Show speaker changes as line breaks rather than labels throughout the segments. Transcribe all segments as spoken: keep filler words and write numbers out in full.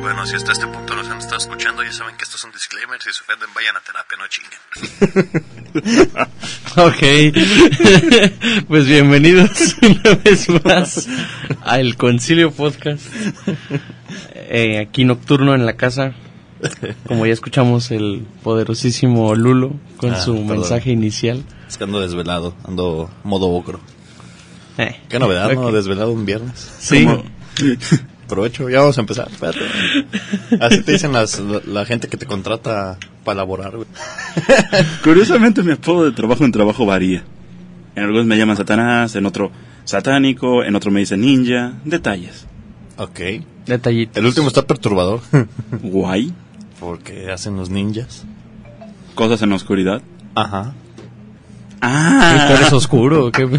bueno, si hasta este punto nos han estado escuchando, ya saben que esto es un disclaimer. Si se ofenden, vayan a terapia, no chinguen.
Ok. Pues bienvenidos una vez más al Concilio Podcast. Eh, aquí nocturno en la casa. Como ya escuchamos el poderosísimo Lulo con ah, su perdón. mensaje inicial.
Es que ando desvelado, ando modo ocro.
Eh,
Qué novedad, okay. ¿No? Desvelado un viernes.
Sí.
Como... Provecho, ya vamos a empezar. Espérate. Así te dicen las, la, la gente que te contrata para laborar, güey.
Curiosamente mi apodo de trabajo en trabajo varía. En algunos me llaman Satanás, en otro satánico, en otro me dicen ninja. Detalles.
Ok.
Detallitos.
El último está perturbador.
Guay.
Porque hacen los ninjas.
Cosas en la oscuridad.
Ajá.
Ah. ¿Tú eres oscuro? ¿Qué?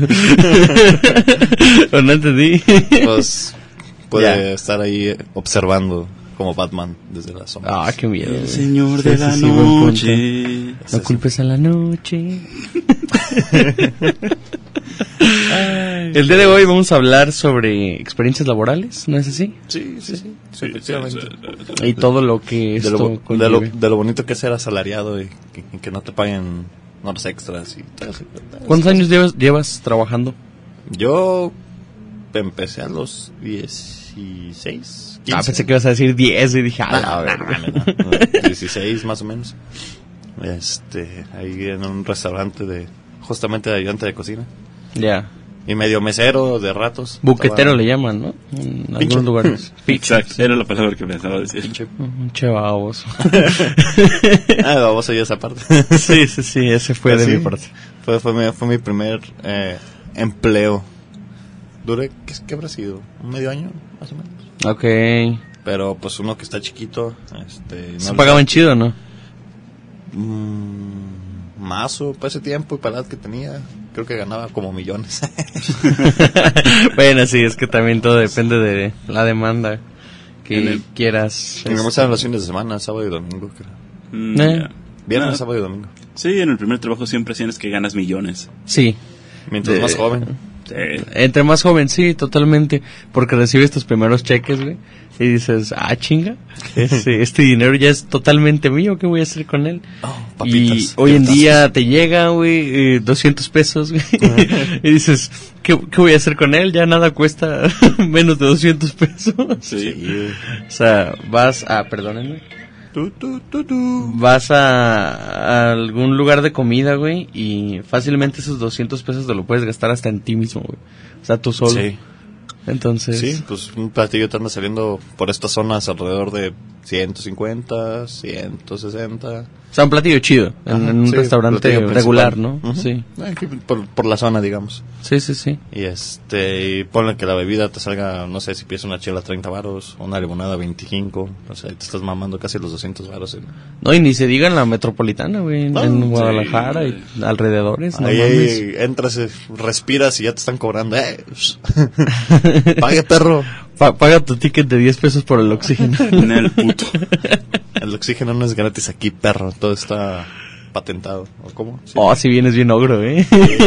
No entendí.
Pues puede yeah. estar ahí observando como Batman desde la sombra.
Ah, qué miedo.
El señor sí, de la
sí,
noche.
No sí, culpes sí. a la noche. Ay, el día de hoy vamos a hablar sobre experiencias laborales, ¿no es así?
Sí, sí, sí. sí, efectivamente.
Y todo lo que esto
de lo, de, lo, de lo bonito que es ser asalariado y que, y que no te paguen horas extras y todo eso.
¿Cuántos años llevas, llevas trabajando?
Yo empecé a los dieciséis. quince.
Ah, pensé que ibas a decir diez y dije, ah, a ver.
dieciséis más o menos. Este, ahí en un restaurante de, justamente de ayudante de cocina.
Ya. Yeah.
Y medio mesero de ratos.
Buquetero estaba... le llaman, ¿no? En Pinche. algunos lugares.
Exacto, sí. Era la palabra que pensaba decir.
Pinche.
Un che baboso.
Ah, baboso yo esa parte.
Sí, sí, sí, ese fue pues de sí. mi parte.
Fue, fue, mi, fue mi primer eh, empleo. Duré, ¿qué, ¿qué habrá sido? ¿Un medio año, más o menos?
Ok.
Pero pues uno que está chiquito, este... No
¿se pagaban chido o no?
Mmm, mazo, para ese tiempo y para la edad que tenía, creo que ganaba como millones.
Bueno, sí, es que también todo depende de la demanda que el, quieras.
En este... eran los fines de semana, sábado y domingo, creo.
Mm, ¿Eh? Yeah.
Viernes,
no.
sábado y domingo.
Sí, en el primer trabajo siempre tienes que ganas millones.
Sí.
Mientras de... más joven.
Sí.
Entre más joven, sí, totalmente. Porque recibes tus primeros cheques, güey. Y dices, ah, chinga, este, este dinero ya es totalmente mío, ¿qué voy a hacer con él?
Oh, papitas,
y hoy en día te llega, güey, eh, doscientos pesos, güey. Uh-huh. Y dices, ¿qué, ¿qué voy a hacer con él? Ya nada cuesta menos de doscientos pesos.
Sí.
O sea, vas a, perdónenme.
Tu, tu, tu, tu.
Vas a, a algún lugar de comida, güey, y fácilmente esos doscientos pesos te lo puedes gastar hasta en ti mismo, güey. O sea, tú solo.
Sí.
Entonces...
Sí, pues un platillo te anda saliendo por estas zonas alrededor de ciento cincuenta, ciento sesenta.
O sea, un platillo chido, en, Ajá, en un sí, restaurante regular, ¿no?
Uh-huh.
Sí.
Por, por la zona, digamos.
Sí, sí, sí.
Y este, y ponle que la bebida te salga, no sé, si pides una chela treinta varos, una limonada veinticinco, o sea, te estás mamando casi los doscientos varos. ¿Eh?
No, y ni se diga en la metropolitana, güey, en, no, en Guadalajara sí. y alrededores.
Ahí, no ahí entras, respiras y ya te están cobrando. ¡Eh! ¡Pague, perro!
Pa- paga tu ticket de diez pesos por el oxígeno.
En el puto.
El oxígeno no es gratis aquí, perro. Todo está patentado. ¿O cómo?
Sí. Oh, si vienes bien ogro, ¿eh?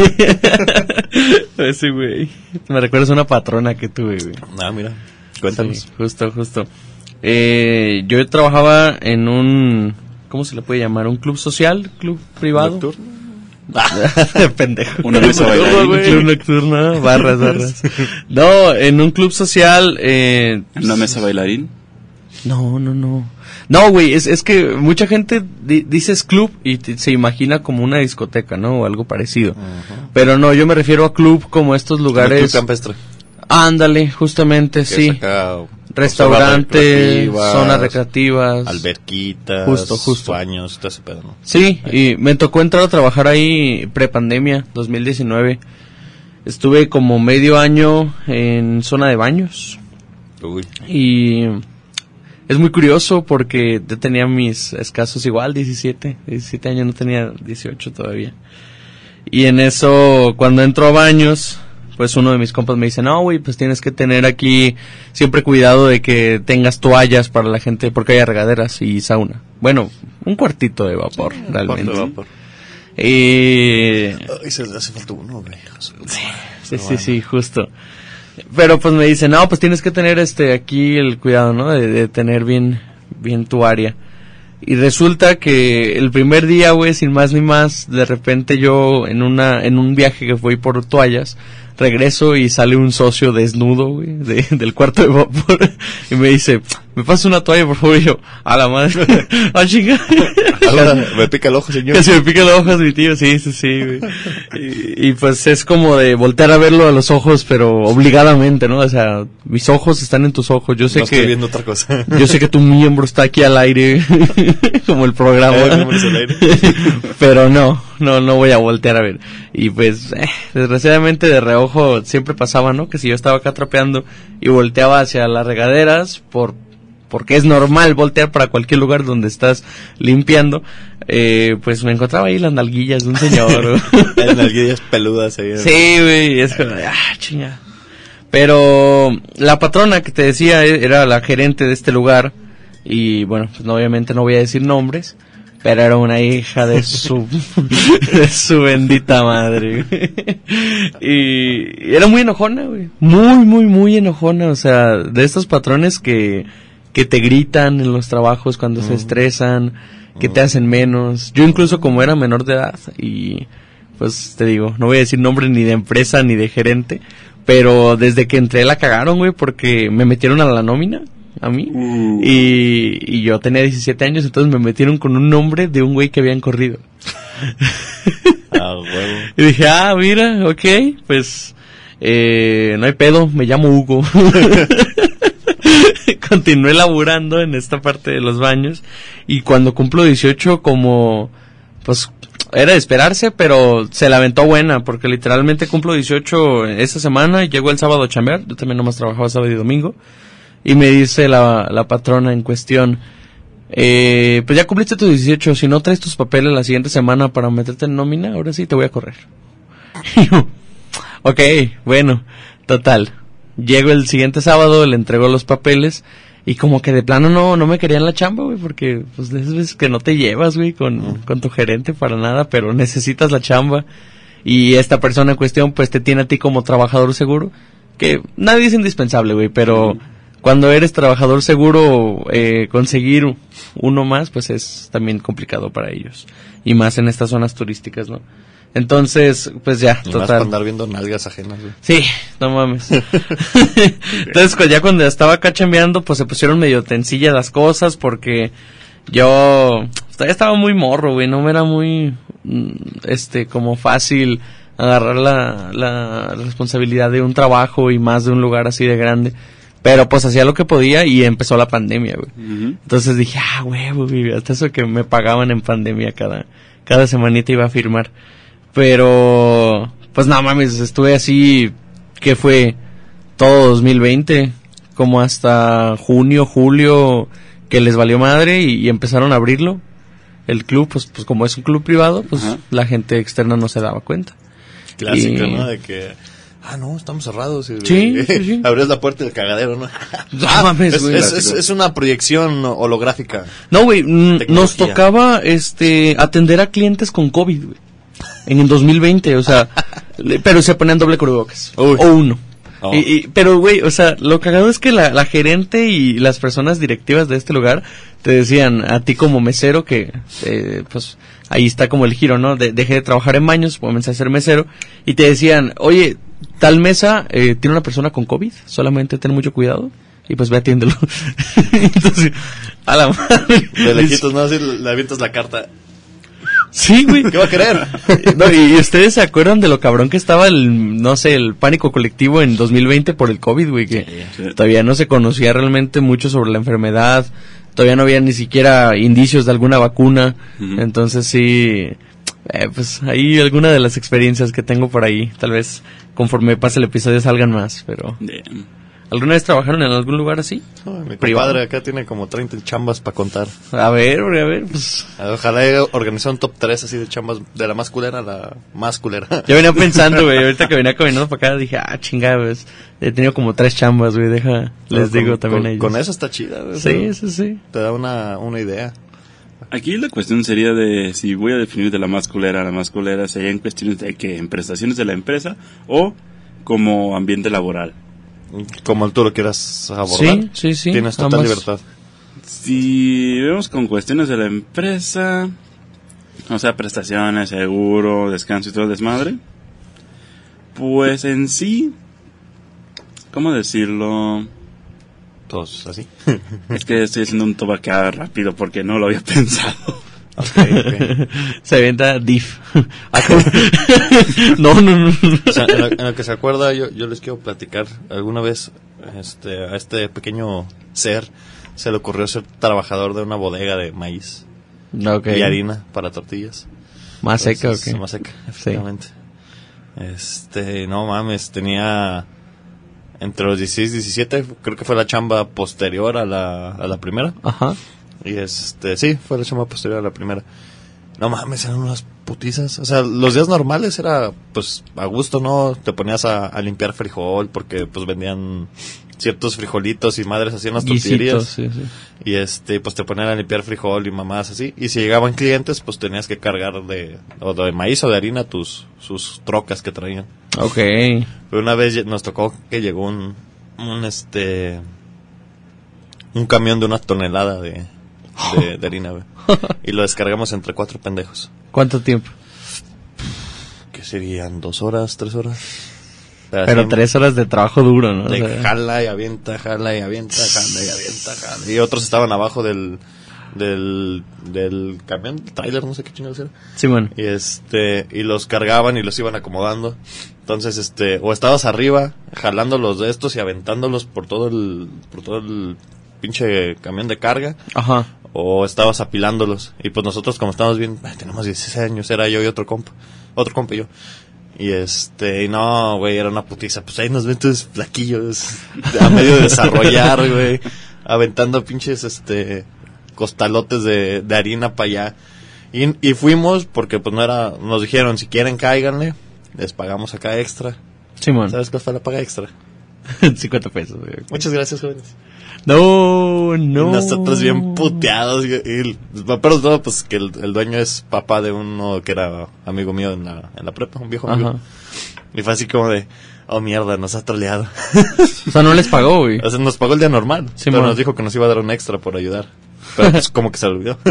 Sí, güey. Me recuerdas a una patrona que tuve, güey.
Ah, mira. Cuéntanos.
Sí, justo, justo. Eh, yo trabajaba en un... ¿Cómo se le puede llamar? ¿Un club social? ¿Club privado?
¿Nocturno?
Pendejo.
Una mesa bailarín.
Un club nocturno, barras, barras. No, en un club social. Eh,
¿Una mesa bailarín?
No, no, no. No, güey, es, es que mucha gente di- dices club y te, se imagina como una discoteca, ¿no? O algo parecido. Uh-huh. Pero no, yo me refiero a club como estos lugares.
Club campestre.
Ándale, justamente, que sí. Restaurante, zonas recreativas,
alberquitas,
justo, justo.
baños, todo ese pedo, ¿no?
Sí, ahí. Y me tocó entrar a trabajar ahí prepandemia, dos mil diecinueve. Estuve como medio año en zona de baños.
Uy.
Y es muy curioso porque yo tenía mis escasos igual, diecisiete, diecisiete años, no tenía dieciocho todavía. Y en eso, cuando entro a baños, pues uno de mis compas me dice, no, güey, pues tienes que tener aquí siempre cuidado de que tengas toallas para la gente, porque hay regaderas y sauna. Bueno, un cuartito de vapor, sí, realmente. Un cuarto de vapor. Y...
Ay, se hace falta uno, güey.
Sí, sí, sí, sí, justo. Pero pues me dice, no, pues tienes que tener este aquí el cuidado, ¿no? De, de tener bien, bien tu área. Y resulta que el primer día, güey, sin más ni más, de repente yo en una, en un viaje que fui por toallas, regreso y sale un socio desnudo, güey, de, del cuarto de vapor, y me dice, me pasa una toalla, por favor, y yo, a la madre, a chingar.
Me pica el ojo, señor.
Que se me pica el ojo, mi tío, sí, sí, sí, güey. Y, y pues es como de voltear a verlo a los ojos, pero obligadamente, ¿no? O sea, mis ojos están en tus ojos, yo sé
no
que...
estoy viendo otra cosa.
Yo sé que tu miembro está aquí al aire, como el programa,
Eh,
¿no?
miembros al aire.
Pero no, no, no voy a voltear a ver. Y pues, eh, desgraciadamente de reojo siempre pasaba, ¿no? Que si yo estaba acá trapeando y volteaba hacia las regaderas, por porque es normal voltear para cualquier lugar donde estás limpiando, eh, pues me encontraba ahí las nalguillas de un señor.
Las nalguillas peludas ahí.
Sí, güey, es como, ah, chinga. Pero la patrona que te decía era la gerente de este lugar, y bueno, pues no, obviamente no voy a decir nombres, pero era una hija de su de su bendita madre. Y era muy enojona, güey. Muy, muy, muy enojona. O sea, de estos patrones que, que te gritan en los trabajos cuando mm. se estresan, que mm. te hacen menos. Yo incluso como era menor de edad, y pues te digo, no voy a decir nombre ni de empresa ni de gerente, pero desde que entré la cagaron, güey, porque me metieron a la nómina. A mí, uh. y, y yo tenía diecisiete años, entonces me metieron con un nombre de un güey que habían corrido.
Ah, huevo.
Y dije, ah, mira, ok, pues, eh, no hay pedo, me llamo Hugo. Continué laburando en esta parte de los baños, y cuando cumplo dieciocho, como, pues, era de esperarse, pero se la aventó buena, porque literalmente cumplo dieciocho esta semana, y llego el sábado a chambear, yo también nomás trabajaba sábado y domingo. Y me dice la, la patrona en cuestión, eh, pues ya cumpliste tus dieciocho, si no traes tus papeles la siguiente semana para meterte en nómina, ahora sí te voy a correr. Y yo, ok, bueno, total. Llego el siguiente sábado, le entrego los papeles, y como que de plano no, no me querían la chamba, güey, porque pues de esas veces que no te llevas, güey, con, con tu gerente para nada, pero necesitas la chamba. Y esta persona en cuestión, pues te tiene a ti como trabajador seguro, que nadie es indispensable, güey, pero... Mm. Cuando eres trabajador seguro, eh, conseguir uno más, pues es también complicado para ellos. Y más en estas zonas turísticas, ¿no? Entonces, pues ya,
y
total.
Más para andar viendo nalgas ajenas, güey.
Sí, no mames. Entonces, pues ya cuando estaba acá chambeando, pues se pusieron medio tencillas las cosas, porque yo todavía estaba muy morro, güey. No me era muy, este, como fácil agarrar la, la responsabilidad de un trabajo y más de un lugar así de grande. Pero pues hacía lo que podía y empezó la pandemia, güey. Uh-huh. Entonces dije, ah, huevo, güey, hasta eso que me pagaban en pandemia cada, cada semanita iba a firmar. Pero, pues no mames, estuve así, que fue todo dos mil veinte, como hasta junio, julio, que les valió madre y, y empezaron a abrirlo. El club, pues, pues como es un club privado, pues uh-huh. la gente externa no se daba cuenta.
Clásico, y... ¿no? De que... Ah, no, estamos cerrados. Y,
sí, sí, sí.
Abres la puerta del cagadero, ¿no?
Ah, mames,
es,
güey.
Es, es, es una proyección holográfica.
No, güey, n- nos tocaba este atender a clientes con COVID, güey. En el dos mil veinte, o sea, le, pero se ponían doble cubrebocas. O uno. Oh. Y, y, pero, güey, o sea, lo cagado es que la, la gerente y las personas directivas de este lugar te decían a ti como mesero que, eh, pues, ahí está como el giro, ¿no? De, dejé de trabajar en baños, comencé a ser mesero. Y te decían, oye, tal mesa eh, tiene una persona con COVID, solamente ten mucho cuidado. Y pues ve, atiéndelo. Entonces, a la madre.
De lejitos, ¿no? Así le avientas la carta.
Sí, güey.
¿Qué va a querer?
No, y ustedes se acuerdan de lo cabrón que estaba el, no sé, el pánico colectivo en dos mil veinte por el COVID, güey, que sí, sí. todavía no se conocía realmente mucho sobre la enfermedad, todavía no había ni siquiera indicios de alguna vacuna, uh-huh. Entonces sí, eh, pues ahí alguna de las experiencias que tengo por ahí, tal vez conforme pase el episodio salgan más, pero... Damn. ¿Alguna vez trabajaron en algún lugar así?
No, mi compadre acá tiene como treinta chambas para contar.
A ver, a ver, pues...
Ojalá haya organizado un top tres así de chambas, de la más culera a la más culera.
Yo venía pensando, güey, ahorita que venía caminando para acá, dije, ah, chingada, pues, he tenido como tres chambas, güey, deja, les no, digo
con,
también
con,
a ellos.
Con eso está chida, güey.
Sí, sí, sí.
Te da una, una idea.
Aquí la cuestión sería de si voy a definir de la más culera a la más culera, sería en cuestiones de que en prestaciones de la empresa o como ambiente laboral.
Como tú lo quieras abordar.
Sí, sí, sí.
Tienes total
ambas.
libertad.
Si vemos con cuestiones de la empresa, o sea, prestaciones, seguro, descanso y todo el desmadre, pues en sí, ¿cómo decirlo?
Todos así.
Es que estoy haciendo un top acá rápido porque no lo había pensado.
Okay, okay.
Se avienta D I F. no, no, no.
O sea, en lo, en lo que se acuerda, yo, yo les quiero platicar. Alguna vez este, a este pequeño ser se le ocurrió ser trabajador de una bodega de maíz
Okay.
y harina para tortillas.
Más seca,
Entonces,
¿o qué?
Más seca, efectivamente. Sí. Este, no mames, tenía entre los dieciséis y diecisiete, creo que fue la chamba posterior a la, a la primera.
Ajá.
Y este, sí, fue la chamba posterior a la primera. No mames, eran unas putizas. O sea, los días normales era, pues, a gusto, ¿no? Te ponías a, a limpiar frijol porque, pues, vendían ciertos frijolitos y madres así en las tortillerías.
Guisitos, sí, sí.
Y este, pues, te ponían a limpiar frijol y mamadas así. Y si llegaban clientes, pues, tenías que cargar de, o de maíz o de harina tus, sus trocas que traían.
Ok.
Pero una vez lle- nos tocó que llegó un, un, este, un camión de una tonelada de, de, de harina, güey. Y lo descargamos entre cuatro pendejos.
¿Cuánto tiempo?
¿Qué serían? ¿Dos horas? ¿Tres horas?
Pero
así,
tres horas de trabajo duro, ¿no?
de
O sea,
jala y avienta, jala y avienta, jala y avienta, jala. Y otros estaban abajo del, del, del camión, trailer, no sé qué chingados era.
sí, bueno.
Y este, y los cargaban y los iban acomodando. Entonces, este, o estabas arriba, jalándolos de estos y aventándolos por todo el, por todo el pinche camión de carga,
Ajá.
o estabas apilándolos. Y pues nosotros, como estábamos bien, ay, tenemos dieciséis años, era yo y otro compa, otro compa y yo. Y este, y no, güey, era una putiza. Pues ahí nos ven todos flaquillos, a medio de desarrollar, güey, aventando pinches, este, costalotes de, de harina para allá. Y, y fuimos porque, pues no era, nos dijeron, si quieren cáiganle, les pagamos acá extra.
Simón.
¿Sabes cuál fue la paga extra?
cincuenta pesos. Güey.
Muchas gracias, jóvenes.
No, no.
Y nosotros bien puteados. Y, y pero todo, pues que el, el dueño es papá de uno que era amigo mío en la, en la prepa, un viejo amigo.
Ajá.
Y fue así como de, oh mierda, nos ha troleado.
O sea, no les pagó, güey.
O sea, nos pagó el día normal,
Sí,
pero
mon.
nos dijo que nos iba a dar un extra por ayudar. Pero pues como que se le olvidó.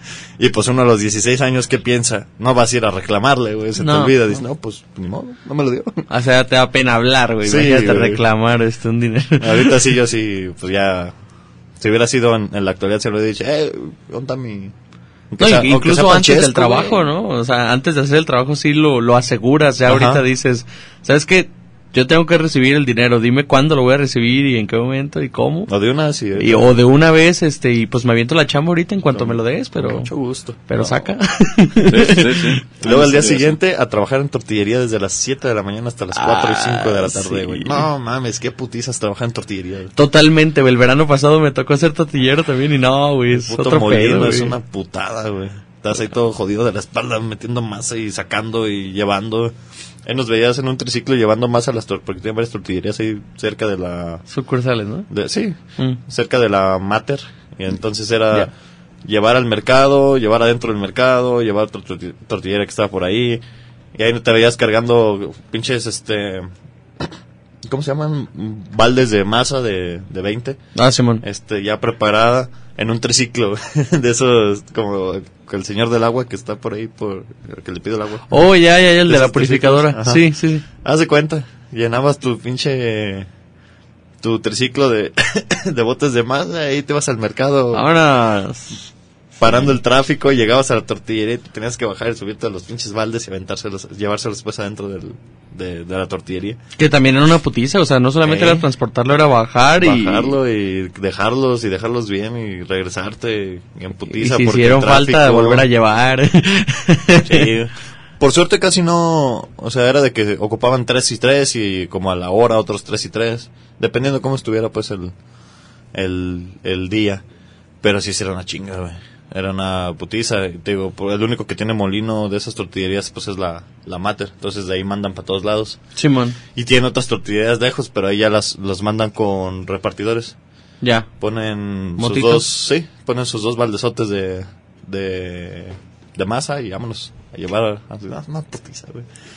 Y pues uno a los dieciséis años, ¿qué piensa? No vas a ir a reclamarle, güey, se
No,
te olvida.
no.
Dices, no, pues ni modo, no me lo dio.
O sea, te da pena hablar, güey.
Sí,
Imagínate
güey.
reclamar este un dinero.
Ahorita sí, yo sí, pues ya, si hubiera sido en, en la actualidad, se lo hubiera dicho, eh, ¿dónde está mi...? Aunque
No,
sea- aunque
incluso
sea
antes del
Francesco,
trabajo,
güey.
¿no? O sea, antes de hacer el trabajo sí lo, lo aseguras. Ya
Ajá.
ahorita dices, ¿sabes qué? Yo tengo que recibir el dinero. Dime cuándo lo voy a recibir y en qué momento y cómo.
O de una, sí.
Y, o de una vez, este, y pues me aviento la chamba ahorita en cuanto me lo des, pero...
Mucho gusto.
Pero
No.
saca.
Sí, sí, sí.
Luego al día
Sí, sí.
siguiente a trabajar en tortillería desde las siete de la mañana hasta las cuatro y cinco de la tarde,
sí.
güey. No mames, qué putizas trabajar en tortillería, güey.
Totalmente, güey. El verano pasado me tocó ser tortillero también y no, güey.
El
Es
puto
otro
molino
pedo,
es
güey.
una putada, güey. Estás ahí todo jodido de la espalda, metiendo masa y sacando y llevando. Ahí nos veías en un triciclo llevando masa a las tortillas, porque tienen varias tortillerías ahí cerca de la...
Sucursales, ¿no?
de- sí,
Mm.
cerca de la Mater. Y entonces era
Ya.
llevar al mercado, llevar adentro del mercado, llevar otra torti- tortillera que estaba por ahí. Y ahí te veías cargando pinches, este... ¿Cómo se llaman? Baldes de masa de, de veinte.
Ah, Simón.
Este, ya preparada en un triciclo. De esos, como el señor del agua que está por ahí, por que le pide el agua.
Oh, ya, ya, ya, el de la
Esos
purificadora.
triciclos, ajá.
Sí, sí, sí.
Haz de cuenta, llenabas tu pinche... tu triciclo de, de botes de masa y te vas al mercado
Ahora,
parando el tráfico y llegabas a la tortillería y te tenías que bajar y subirte a los pinches baldes y aventárselos, llevárselos después adentro del, de, de la tortillería.
que también era una putiza, o sea, no solamente
Eh.
era transportarlo, era bajar y...
Bajarlo y dejarlos y dejarlos bien y regresarte en
Y
putiza.
si
porque
hicieron
el tráfico-
falta, volver a llevar.
Sí. Por suerte casi no, o sea, era de que ocupaban tres y tres y como a la hora otros tres y tres, dependiendo cómo estuviera pues el, el, el día. Pero sí, sí era una chinga, güey. Era una putiza. Y te digo, por- el único que tiene molino de esas tortillerías pues es la, la Mater. Entonces de ahí mandan para todos lados.
Simón,
Y tienen otras tortillerías lejos, pero ahí ya las, las mandan con repartidores.
ya.
Ponen sus
¿Motitos?
dos, sí, ponen sus dos baldesotes de, de, de masa y vámonos a llevar a, a una putiza, güey.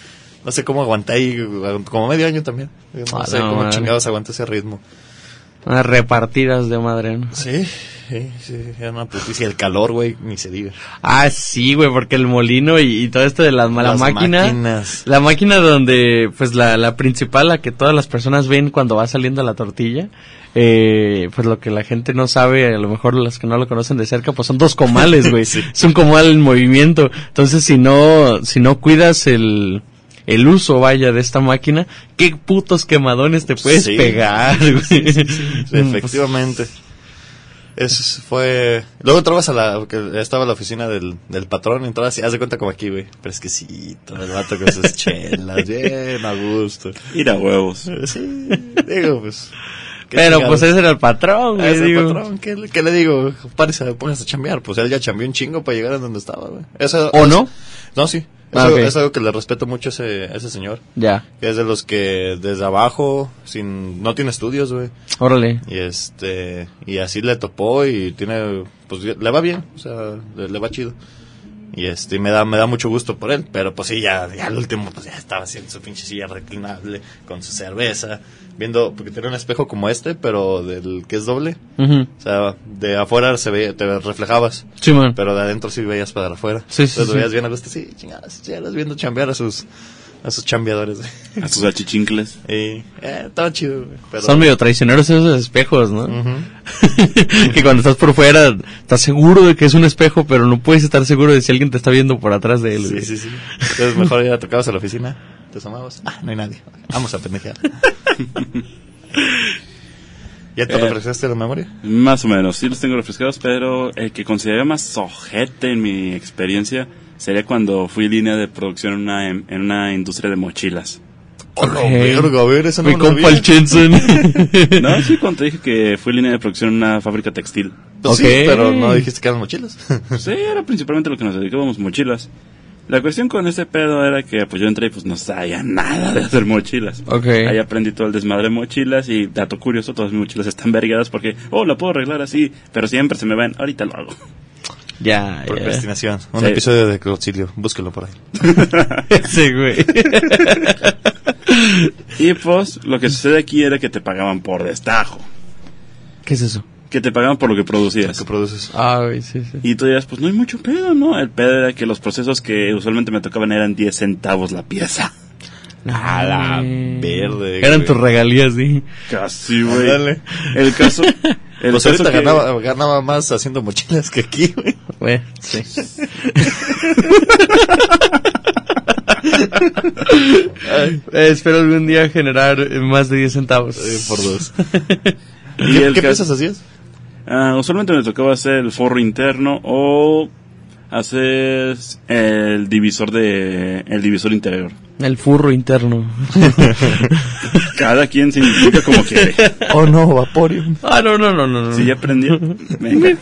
No sé cómo aguanté ahí, como medio año también. No
Ah,
sé
no,
cómo
madre.
chingados aguanté ese ritmo.
Unas repartidas de madre, ¿no?
Sí, sí, sí, era una puticia. El calor, güey, ni se diga.
Ah, sí, güey, porque el molino y, y todo esto de la, la
Las
máquina.
máquinas.
La máquina donde, pues la, la principal, la que todas las personas ven cuando va saliendo la tortilla. Eh, pues lo que la gente no sabe, a lo mejor los que no lo conocen de cerca, pues son dos comales, güey.
Sí.
Es un comal en movimiento. Entonces, si no, si no cuidas el, el uso, vaya, de esta máquina, qué putos quemadones te puedes
Sí.
pegar, güey.
Sí, efectivamente. Eso fue... Luego entrabas a la... que estaba la oficina del, del patrón, entrabas y haz de cuenta como aquí, güey. Fresquecito, el vato con sus chelas, bien a gusto.
Ir a huevos.
Sí, digo, pues... qué
Pero
chingados.
pues ese era el patrón,
A
güey,
ese
digo.
patrón, ¿qué, le- qué le digo? Párese, póngase a chambear. Pues él ya chambeó un chingo para llegar a donde estaba, güey. Eso,
¿O no?
No, sí. Es,
Ah,
algo,
ok.
es algo que le respeto mucho a ese, a ese señor.
Ya,
Que es de los que desde abajo, sin no tiene estudios, güey.
órale.
Y este, y así le topó y tiene, pues le va bien, o sea, le, le va chido. Y este, me da, me da mucho gusto por él, pero pues sí, ya, ya al último, pues ya estaba haciendo su pinche silla reclinable, con su cerveza, viendo, porque tiene un espejo como este, pero del que es doble.
Ujú.
O sea, de afuera se veía, te reflejabas,
Sí, man.
pero de adentro sí veías para afuera.
Sí, sí,
Entonces lo
sí.
veías bien a gusto, sí, chingadas, ya las viendo chambear a sus, a sus chambeadores, güey.
A sus achichincles.
Y, eh, estaba chido, güey. Pero,
Son medio traicioneros esos espejos, ¿no?
Ujú.
Que cuando estás por fuera, estás seguro de que es un espejo, pero no puedes estar seguro de si alguien te está viendo por atrás de él.
Sí,
güey.
sí, sí. Entonces mejor ya tocabas a la oficina, te asomabas. Ah, no hay nadie. Vamos a pendejear. ¿Ya te
Eh.
refrescaste la memoria?
Más o menos, sí los tengo refrescados, pero el que consideré más ojete en mi experiencia sería cuando fui línea de producción en una, en una industria de mochilas.
Oh, no,
Ok.
verga, a ver, eso no
Mi
me lo
compa el Chenson.
No, sí, cuando te dije que fui línea de producción en una fábrica textil.
Pues sí,
Ok.
pero no dijiste que eran mochilas.
Sí, era principalmente lo que nos dedicábamos, mochilas. La cuestión con ese pedo era que pues yo entré y pues no sabía nada de hacer mochilas.
Ok.
Ahí aprendí todo el desmadre de mochilas y, dato curioso, todas mis mochilas están vergadas porque, oh, la puedo arreglar así, pero siempre se me van, ahorita lo hago.
Ya, ya.
Procrastinación. Un
Sí.
episodio de auxilio. Búsquelo por ahí.
Sí, güey.
Y pues, lo que sucede aquí era que te pagaban por destajo.
¿Qué es eso?
Que te pagaban por lo que
Lo
producías.
que produces.
Ah, güey, sí, sí.
Y tú dirás, pues no hay mucho pedo, ¿no? El pedo era que los procesos que usualmente me tocaban eran diez centavos la pieza.
A la
Ay.
verde,
Eran
güey.
tus regalías, sí.
Casi, güey.
Ándale.
El caso... El
Pues
caso
ahorita
que-
ganaba, ganaba más haciendo mochilas que aquí, güey.
Güey, sí. Ay, eh, espero algún día generar eh, más de diez centavos.
Eh, por dos.
Y
¿Qué,
el
¿qué
ca-
piezas hacías?
Ah, usualmente me tocaba hacer el forro interno o hacer el divisor de el divisor interior.
El furro interno.
Cada quien se identifica como quiere.
Oh no, Vaporeon.
Ah, no, no, no, no. no.
Si ya aprendió, venga.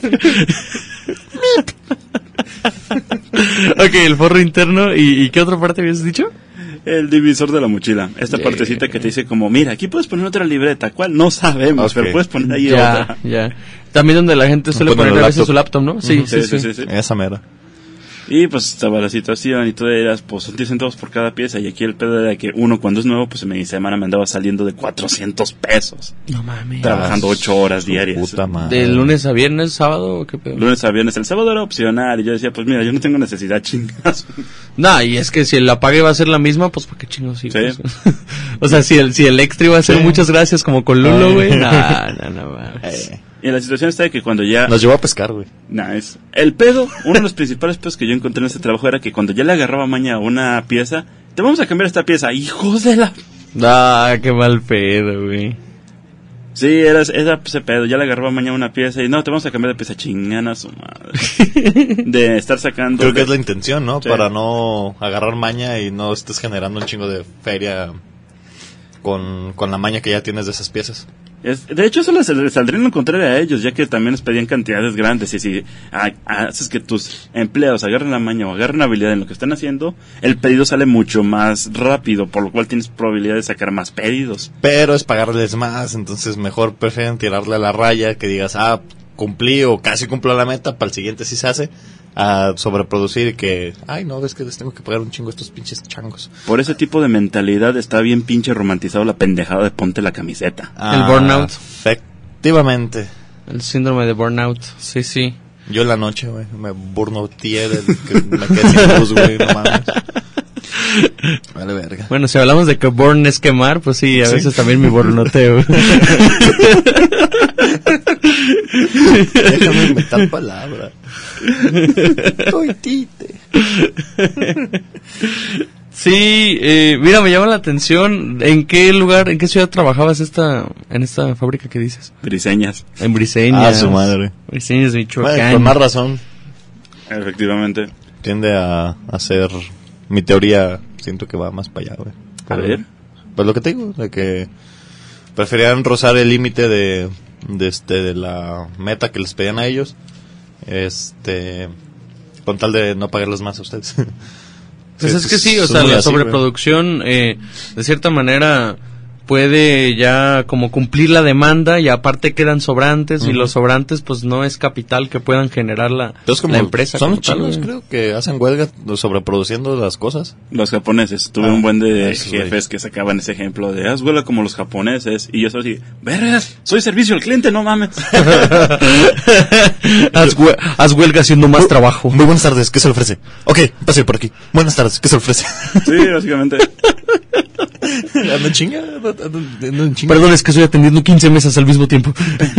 Ok, el forro interno. ¿Y, y qué otra parte habías dicho?
El divisor de la mochila. Esta
Yeah.
partecita que te dice como, mira, aquí puedes poner otra libreta. ¿Cuál? No sabemos,
Ok.
pero puedes poner ahí
Ya,
otra.
ya. También donde la gente suele
Ponen
poner
el
a veces
laptop.
su laptop, ¿no? Sí,
Ujú,
sí, sí.
sí, sí.
Esa mera.
Y pues estaba la situación y tú eras, pues son diez centavos por cada pieza. Y aquí el pedo era que uno, cuando es nuevo, pues en mi semana me andaba saliendo de cuatrocientos pesos.
No mames.
Trabajando ocho horas
Su
diarias.
Puta madre.
¿De lunes a viernes, sábado o qué pedo?
Lunes a viernes. El sábado era opcional. Y yo decía, pues mira, yo no tengo necesidad, chingas.
No, y es que si la paga iba a ser la misma, pues ¿para qué chingos sí?
Sí.
Pues? O sea, si el, si el extra iba a ser
Sí.
muchas gracias como con Lulo, güey. No, no, no, mames.
Eh,
Y la situación está de que cuando ya...
nos llevó a pescar, güey.
Nice. El pedo, uno de los principales pedos que yo encontré en este trabajo era que cuando ya le agarraba maña a una pieza, te vamos a cambiar esta pieza, hijos de la...
Ah, qué mal pedo, güey.
Sí, era, era ese pedo, ya le agarraba maña a una pieza y no, te vamos a cambiar de pieza, chingana a su madre. De estar sacando...
Creo que
de-
es la intención, ¿no?
Sí.
Para no agarrar maña y no estés generando un chingo de feria con, con la maña que ya tienes de esas piezas.
Es- de hecho, eso les, les saldría en lo contrario a ellos, ya que también les pedían cantidades grandes. Y si ah, haces que tus empleados agarren la maña o agarren habilidad en lo que están haciendo, el pedido sale mucho más rápido, por lo cual tienes probabilidad de sacar más pedidos.
Pero es pagarles más, entonces mejor prefieren tirarle a la raya que digas, ah, cumplí o casi cumplo la meta, para el siguiente sí se hace, a sobreproducir y que, ay no, es que les tengo que pagar un chingo a estos pinches changos.
Por ese tipo de mentalidad está bien pinche romantizado la pendejada de ponte la camiseta.
Ah,
El burnout.
Efectivamente.
El síndrome de burnout, sí, sí.
Yo en la noche, güey, me burnouteé del que me quedé sin luz, güey, no mames. Vale, verga.
Bueno, si hablamos de que burn es quemar, pues sí, a
¿Sí?
veces también mi burnoteo.
Déjame inventar palabras. Toitite.
Sí, eh, mira, me llama la atención. ¿En qué lugar, en qué ciudad trabajabas esta, en esta fábrica que dices?
Briseñas.
En Briseñas.
Ah, su madre.
Briseñas, Michoacán.
Bueno, con más razón.
Efectivamente.
Tiende a hacer mi teoría, siento que va más para allá, güey.
A ver.
Pues lo que te digo, de que preferían rozar el límite de, de este, de la meta que les pedían a ellos, este, con tal de no pagarles más a ustedes.
Pues es que sí, o
Es
sea,
muy
la
así, güey.
sobreproducción, eh, de cierta manera, puede ya como cumplir la demanda y aparte quedan sobrantes,
Ujú.
y los sobrantes pues no es capital que puedan generar la,
Entonces, como
la empresa.
son
como
los
tal,
chinos,
güey.
creo que hacen huelga sobreproduciendo las cosas.
Los japoneses. Tuve
Ah,
un buen de
esos
jefes
güeyes.
que sacaban ese ejemplo de haz huelga como los japoneses. Y yo soy así, vergas, soy servicio al cliente, no mames.
haz, hue- haz huelga haciendo más trabajo.
Muy buenas tardes, ¿qué se le ofrece? Ok, pase por aquí. Buenas tardes, ¿qué se le ofrece?
Sí, básicamente.
Ando en chinga, ando, ando- ando en chinga.
Perdón, es que estoy atendiendo quince mesas al mismo tiempo.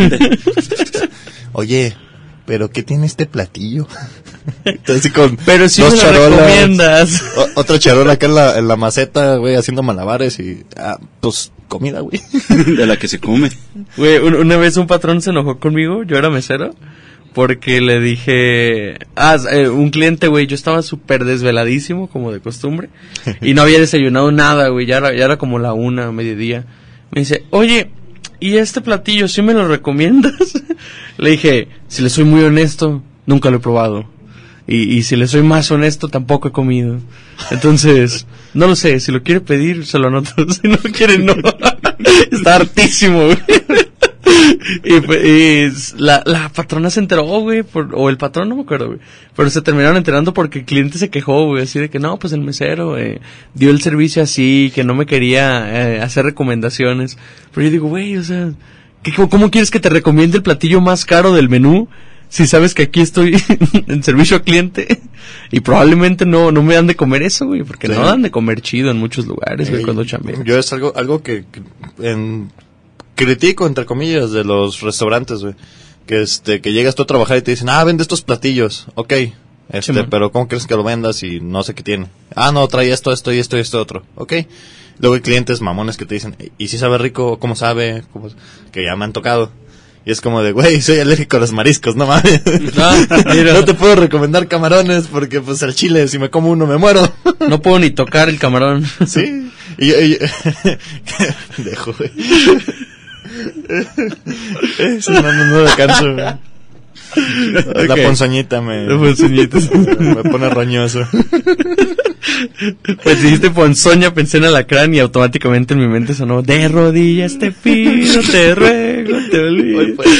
Oye, ¿pero qué tiene este platillo? Entonces, con
Pero si
dos
me lo
charolas,
recomiendas.
o- otra charola acá en la, en la maceta, güey, haciendo malabares y... Ah, pues, comida, güey.
De la que se come.
Güey, un- una vez un patrón se enojó conmigo, yo era mesero, porque le dije, ah, eh, un cliente, güey, yo estaba súper desveladísimo, como de costumbre, y no había desayunado nada, güey, ya era, ya era como la una, mediodía. Me dice, oye, ¿y este platillo sí me lo recomiendas? Le dije, si le soy muy honesto, nunca lo he probado. Y, y si le soy más honesto, tampoco he comido. Entonces, no lo sé, si lo quiere pedir, se lo anoto, si no quiere, no. Está hartísimo, güey. Y, pues, y la, la patrona se enteró, güey, por, o el patrón, no me acuerdo, güey. Pero se terminaron enterando porque el cliente se quejó, güey, así de que no, pues el mesero eh, dio el servicio así, que no me quería eh, hacer recomendaciones. Pero yo digo, güey, o sea, ¿qué, ¿cómo quieres que te recomiende el platillo más caro del menú? Si sabes que aquí estoy en servicio al cliente y probablemente no no me dan de comer eso, güey, porque
Sí.
no dan de comer chido en muchos lugares, güey,
Ey,
cuando chambean.
Yo es algo, algo que, que en, critico, entre comillas, de los restaurantes, güey. Que este, que llegas tú a trabajar y te dicen, ah, vende estos platillos, ok. Este,
Sí, man.
pero ¿cómo crees que lo vendas y no sé qué tiene? Ah, no, trae esto, esto y esto y esto otro, ok. Luego hay clientes mamones que te dicen, ¿y si sabe rico? ¿Cómo sabe? ¿Cómo? Que ya me han tocado. Y es como de, güey, soy alérgico a los mariscos, no mames.
Ah, mira.
No te puedo recomendar camarones porque, pues, al chile, si me como uno, me muero.
No puedo ni tocar el camarón.
Sí. Y yo, y yo- dejo, güey. Sí, no, no, no lo canso, güey. La
Ok.
ponzoñita me,
La ponzoñita.
me pone roñoso.
Pues dijiste ponzoña, pensé en alacrán y automáticamente en mi mente sonó, de rodillas te pido, te ruego, te
Hoy
olvido.
fue.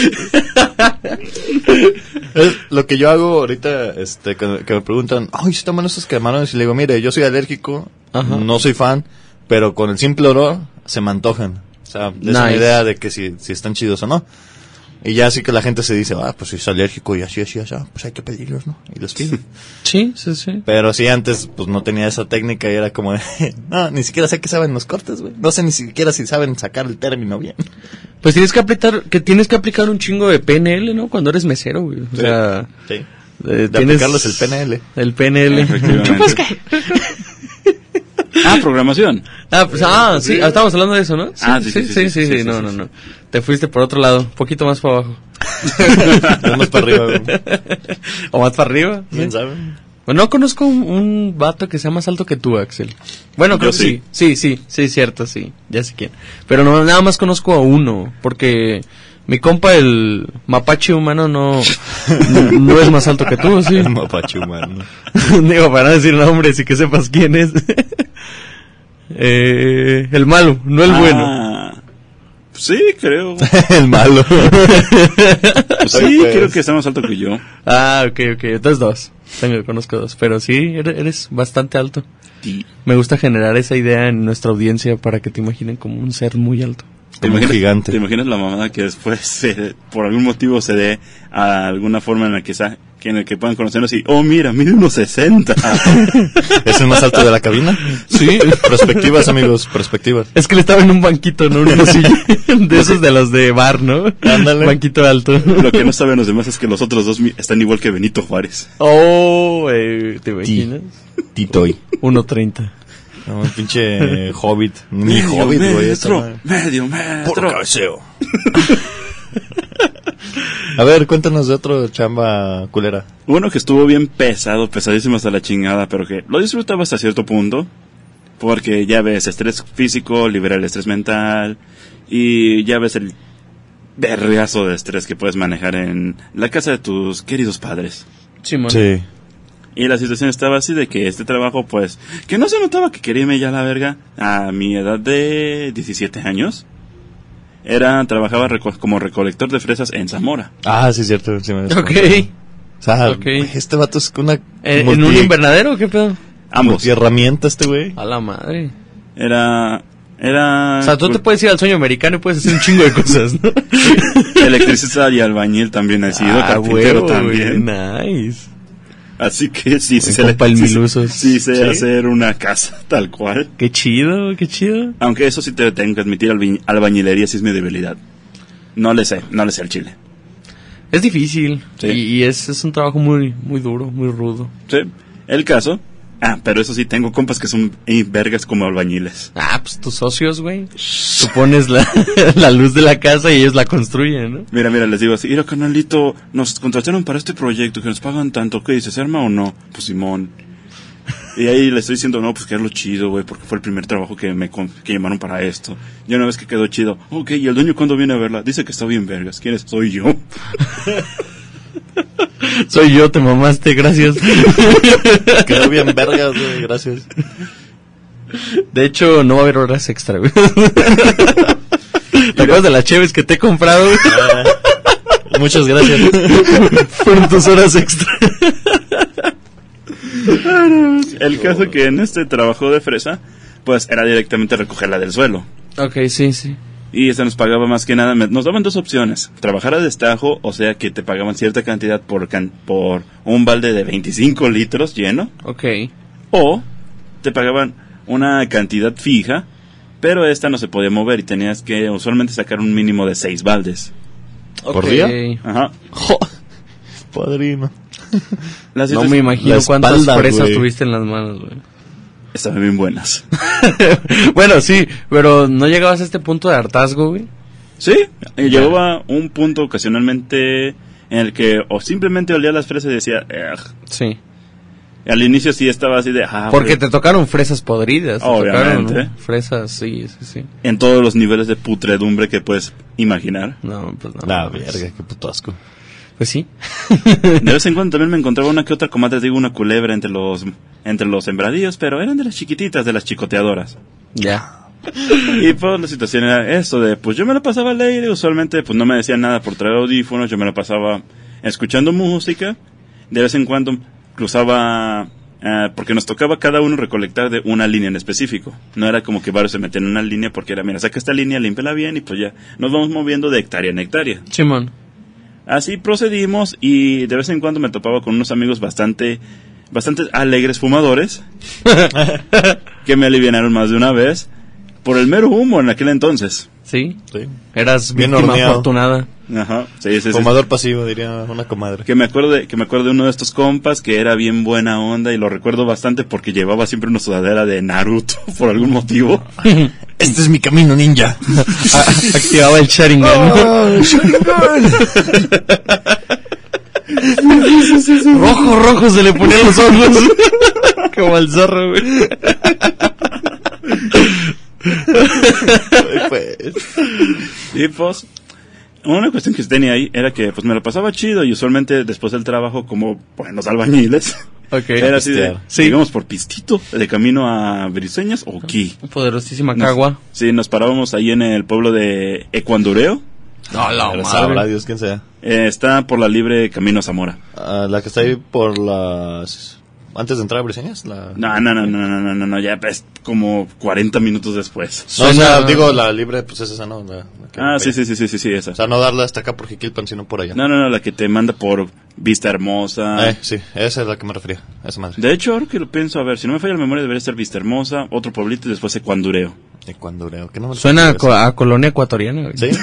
Es lo que yo hago ahorita, este, que, que me preguntan, ay, ¿sí están buenos esos camarones? Y le digo, mire, yo soy alérgico,
Ajá.
no soy fan, pero con el simple olor se me antojan. O sea, es una
Nice.
idea de que si, si están chidos o no. Y ya así que la gente se dice, ah, pues si es alérgico y así, así, así, pues hay que pedirlos, ¿no? Y los pido.
Sí, sí, sí.
Pero sí, antes, pues no tenía esa técnica y era como de, no, ni siquiera sé qué saben los cortes, güey. No sé ni siquiera si saben sacar el término bien.
Pues tienes que aplicar, que tienes que aplicar un chingo de P N L, ¿no? Cuando eres mesero, güey. O
Sí.
sea,
Sí.
eh,
De
tienes
aplicarles el P N L.
El P N L.
Efectivamente. Ah, programación.
Ah, pues, ah, sí, ah, estábamos hablando de eso, ¿no?
Ah, sí, sí, sí, sí, sí, sí,
no,
sí,
no,
sí.
no. Te fuiste por otro lado, un poquito más para abajo.
Vamos para arriba, güey.
O más para arriba.
¿Quién
¿sí?
sabe?
Bueno, no conozco un, un vato que sea más alto que tú, Axel. Bueno, creo
Yo
que sí. Sí, sí, sí, cierto, sí. Ya sé quién. Pero no, nada más conozco a uno, porque mi compa, el mapache humano, no, no, no es más alto que tú, ¿sí?
El mapache humano.
Digo, para no decir nombres y que sepas quién es. eh, el malo, no el bueno.
Ah, sí, creo.
El malo.
Sí,
Pues.
creo que está más alto que yo.
Ah, ok, ok, entonces dos. Tengo, conozco dos, pero sí, eres, eres bastante alto.
Sí.
Me gusta generar esa idea en nuestra audiencia para que te imaginen como un ser muy alto.
¿Te
Como un
imaginas,
gigante.
¿Te imaginas la mamada que después, se, por algún motivo, se dé a alguna forma en la que, sa- que en el que puedan conocernos y, oh, mira, mide unos sesenta?
¿Es el más alto de la cabina?
Sí.
Perspectivas, amigos, perspectivas.
Es que le estaba en un banquito, no en una silla. De esos de los de bar, ¿no?
Ándale.
Banquito alto.
Lo que no saben los demás es que los otros dos mi- están igual que Benito Juárez.
Oh, eh, ¿te imaginas?
Titoy.
uno treinta.
No, un pinche hobbit. Ni hobbit, güey. esta
metro,
madre.
medio
Puro
metro.
cabeceo. A ver, cuéntanos de otro chamba culera.
Uno que estuvo bien pesado, pesadísimo hasta la chingada, pero que lo disfrutaba hasta cierto punto. Porque ya ves estrés físico, libera el estrés mental. Y ya ves el berreazo de estrés que puedes manejar en la casa de tus queridos padres.
Sí, man.
Sí.
Y la situación estaba así de que este trabajo, pues, que no se notaba que quería irme ya a la verga a mi edad de diecisiete años. Era, trabajaba reco- como recolector de fresas en Zamora.
Ah, sí, cierto. Sí me habías
Ok.
contado. O sea,
Ok.
güey, este vato es una...
¿En, ¿En un
multi-
invernadero o qué pedo?
Ambos.
multiherramienta este güey.
A la madre.
Era, era...
O sea, tú te puedes ir al sueño americano y puedes hacer un chingo de cosas, ¿no?
Electricista y albañil también he sido,
Ah,
carpintero
huevo,
también.
güey, nice.
Así que sí, sí,
El
se le-
compa el
sí,
Milusos.
sí sé
Sí.
hacer una casa tal cual.
Qué chido, qué chido.
Aunque eso sí te tengo que admitir, albi- albañilería sí es mi debilidad. No le sé, no le sé al chile.
Es difícil.
Sí.
Y, y es, es un trabajo muy, muy duro, muy rudo.
Sí, el caso... Ah, pero eso sí, tengo compas que son eh, vergas como albañiles.
Ah, pues tus socios, güey. Tú pones la, la luz de la casa y ellos la construyen, ¿no?
Mira, mira, les digo así, mira, canalito, nos contrataron para este proyecto, que nos pagan tanto, ¿qué dices, se arma o no? Pues Simón. Y ahí le estoy diciendo, no, pues que es lo chido, güey, porque fue el primer trabajo que me con- que llamaron para esto. Y una vez que quedó chido, ok, ¿y el dueño cuándo viene a verla? Dice que está bien vergas, ¿quién es? Soy yo.
Soy yo, te mamaste, gracias.
Quedó bien vergas, güey, gracias.
De hecho, no va a haber horas extra, güey. ¿Te acuerdas de las cheves que te he comprado, güey?
Ah, muchas gracias.
Fueron tus horas extra.
El caso que en este trabajo de fresa, pues era directamente recogerla del suelo.
Ok, sí, sí.
Y se nos pagaba más que nada, me- nos daban dos opciones, trabajar a destajo, o sea que te pagaban cierta cantidad por, can- por un balde de veinticinco litros lleno,
Ok.
o te pagaban una cantidad fija, pero esta no se podía mover y tenías que usualmente sacar un mínimo de seis baldes.
¿Por
Ok.
día?
Ajá.
Jo, padrino.
La
No
situación-
me imagino
La
cuántas
espalda,
fresas
güey.
tuviste en las manos, güey.
Estaban bien buenas.
Bueno, sí, pero ¿no llegabas a este punto de hartazgo, güey?
Sí, y llegaba un punto ocasionalmente en el que o simplemente olía las fresas y decía, "Ugh".
Sí.
Al inicio sí estaba así de, ah,
Porque
güey.
te tocaron fresas podridas. Te
Obviamente.
tocaron fresas, sí, sí, sí.
En todos los niveles de putredumbre que puedes imaginar.
No, pues no.
La
pues,
verga, qué puto asco.
Pues sí.
De vez en cuando también me encontraba una que otra comadre, digo, una culebra entre los entre los sembradíos, pero eran de las chiquititas, de las chicoteadoras.
Ya.
Y pues la situación era esto de, pues yo me la pasaba al aire, usualmente pues no me decían nada por traer audífonos, yo me la pasaba escuchando música, de vez en cuando cruzaba, eh, porque nos tocaba cada uno recolectar de una línea en específico, no era como que varios se metían en una línea porque era, mira, saca esta línea, límpiala bien y pues ya, nos vamos moviendo de hectárea en hectárea.
Simón.
Así procedimos y de vez en cuando me topaba con unos amigos bastante, bastante alegres fumadores que me alivianaron más de una vez por el mero humo en aquel entonces.
Sí.
Sí.
Eras
Bien
víctima
horneado.
afortunada.
Ajá, sí, sí, sí.
Fumador pasivo, diría una comadre.
Que me acuerdo de, que me acuerdo de uno de estos compas que era bien buena onda y lo recuerdo bastante porque llevaba siempre una sudadera de Naruto por algún motivo.
Este es mi camino, ninja.
A- Activaba el Sharingan.
Oh, Sharingan.
Rojo, rojo se le ponían los ojos. Como al zorro, güey.
Ay, pues.
Y pues, una cuestión que tenía ahí era que pues me lo pasaba chido y usualmente después del trabajo como buenos albañiles.
Ok.
Era así de,
pistear.
Sí.
íbamos por Pistito, de camino a Briseñas o aquí.
Poderosísima
Nos-
cagua.
Sí, nos parábamos ahí en el pueblo de Ecuandureo.
No, la
Pero
madre.
sabrá Dios quién sea.
Eh, está por la libre Camino Zamora.
Ah, la que está ahí por las... Antes de entrar a Briseñas. La...
No, no, no, no, no, no, no, no, ya es como cuarenta minutos después.
No, o
Suena-
sea, digo, la libre, pues es esa, ¿no? La, la que
Ah,
va
sí,
para
sí, sí, sí, sí, sí, esa.
allá. O sea, no darla hasta acá por Jiquilpan, sino por allá.
No, no, no, la que te manda por Vista Hermosa.
Eh, sí, esa es la que me refería, esa madre.
De hecho, ahora que lo pienso, a ver, si no me falla la memoria, debería estar Vista Hermosa, otro pueblito y después Ecuandureo.
¿Y cuándo creo? ¿Qué no me
Suena a,
refiero
co- a colonia ecuatoriana, güey.
¿Sí?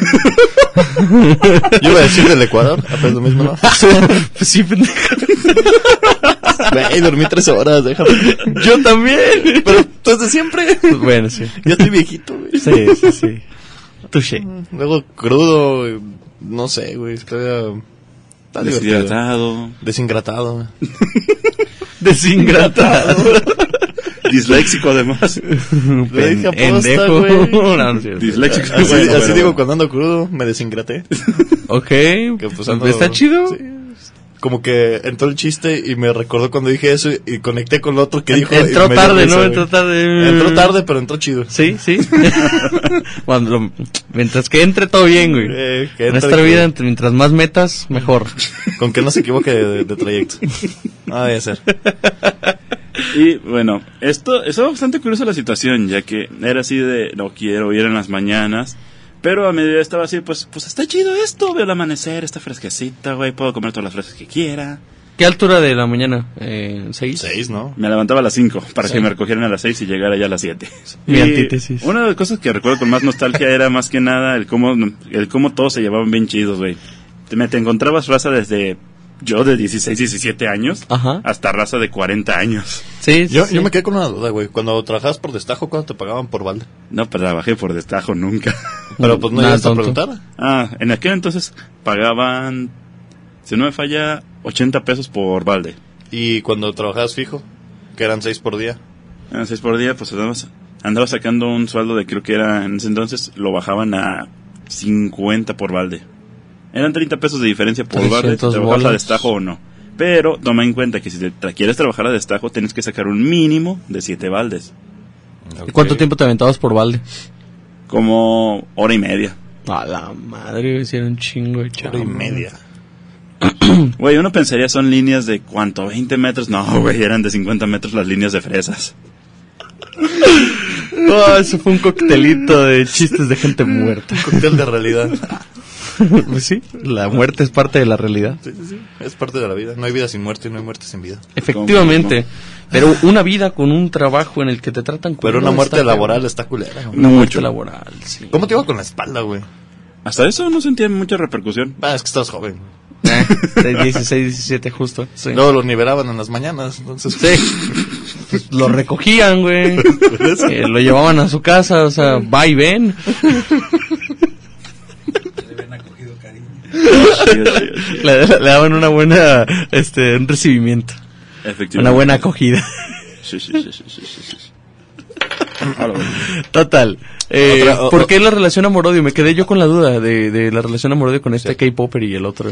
Yo iba a decir del Ecuador, apenas lo mismo, ¿no?
Pues sí, pendejo.
Güey, dormí tres horas, déjame.
Yo también.
Pero tú desde siempre.
Bueno, sí.
Ya estoy viejito, güey.
Sí, sí, sí. Touché.
Luego crudo, no sé, güey. Estoy, está divertido.
Deshidratado.
Desingratado.
Desingratado.
Disléxico, además.
Le dije aposta,
Pendejo.
güey.
No, no es cierto.
Disléxico.
Así,
Bueno,
así
pero
digo
bueno.
cuando ando crudo, me desingraté.
Ok.
Que, pues, ando-
¿Está chido?
Sí. Como que entró el chiste y me recordó cuando dije eso y conecté con lo otro que dijo. y
Entró
me dio
tarde,
risa,
¿no?
güey.
Entró tarde.
Entró tarde, pero entró chido.
Sí, sí. Cuando lo- mientras que entre todo bien, güey.
Eh, que
En
entra
esta
y-
vida, entre- mientras más metas, mejor.
Con que no se equivoque de, de- de trayecto. No debe ser.
Y bueno, esto es bastante curiosa la situación, ya que era así de no quiero ir en las mañanas, pero a medida estaba así, pues pues está chido esto, veo el amanecer, está fresquecita, güey, puedo comer todas las fresas que quiera.
¿Qué altura de la mañana? Eh, ¿Seis?
Seis, ¿no?
Me levantaba a las cinco para
Sí.
que me recogieran a las seis y llegara ya a las siete.
Mi
Y
antítesis.
Una de las cosas que recuerdo con más nostalgia era más que nada el cómo, el cómo todos se llevaban bien chidos, güey. Te, me- te encontrabas raza desde yo de dieciséis, diecisiete años
Ajá.
hasta raza de cuarenta años.
Sí, sí,
Yo,
sí.
yo me quedé con una duda, güey. Cuando trabajabas por destajo, ¿cuánto te pagaban por balde?
No pues, trabajé por destajo nunca.
Pero pues no
Nada
llegaste a
tonto.
preguntar.
Ah, en aquel entonces pagaban, si no me falla, ochenta pesos por balde.
Y cuando trabajabas fijo, que eran seis por día.
A seis por día, pues andaba, andaba sacando un sueldo de creo que era, en ese entonces lo bajaban a cincuenta por balde. Eran treinta pesos de diferencia por balde, si
trescientos
trabajabas a
bolas.
destajo o no. Pero toma en cuenta que si te tra- quieres trabajar a destajo, tienes que sacar un mínimo de siete baldes.
¿Y cuánto tiempo te aventabas por balde?
Como hora y media.
A la madre, hicieron un chingo de chamba.
Hora y media.
Güey, uno pensaría son líneas de ¿cuánto? ¿veinte metros? No, güey, eran de cincuenta metros las líneas de fresas.
Oh, eso fue un coctelito de chistes de gente muerta.
Cóctel de realidad.
Pues sí, la muerte es parte de la realidad.
Sí, sí, sí. Es parte de la vida. No hay vida sin muerte y no hay muerte sin vida.
Efectivamente. Pero una vida con un trabajo en el que te tratan
Pero
culero
una muerte
está feo.
laboral está culera. güey.
Una muerte
Mucho.
laboral, sí.
¿Cómo te iba con la espalda, güey?
Hasta eso no sentía mucha repercusión.
Ah, es que estás joven.
Eh, de dieciséis, diecisiete justo. Sí.
Luego lo nivelaban en las mañanas, entonces...
Sí. Pues lo recogían, güey. Eh, lo llevaban a su casa, o sea, va y ven.
Chido, chido, chido.
Le, le daban una buena, este, un recibimiento.
Efectivamente.
Una buena acogida.
Sí, sí, sí, sí, sí, sí, sí. Ahora, bueno.
Total. Eh,
Otra- o-
¿Por qué la relación amor-odio? Me quedé yo con la duda de, de la relación amor-odio con este K-Popper y el otro.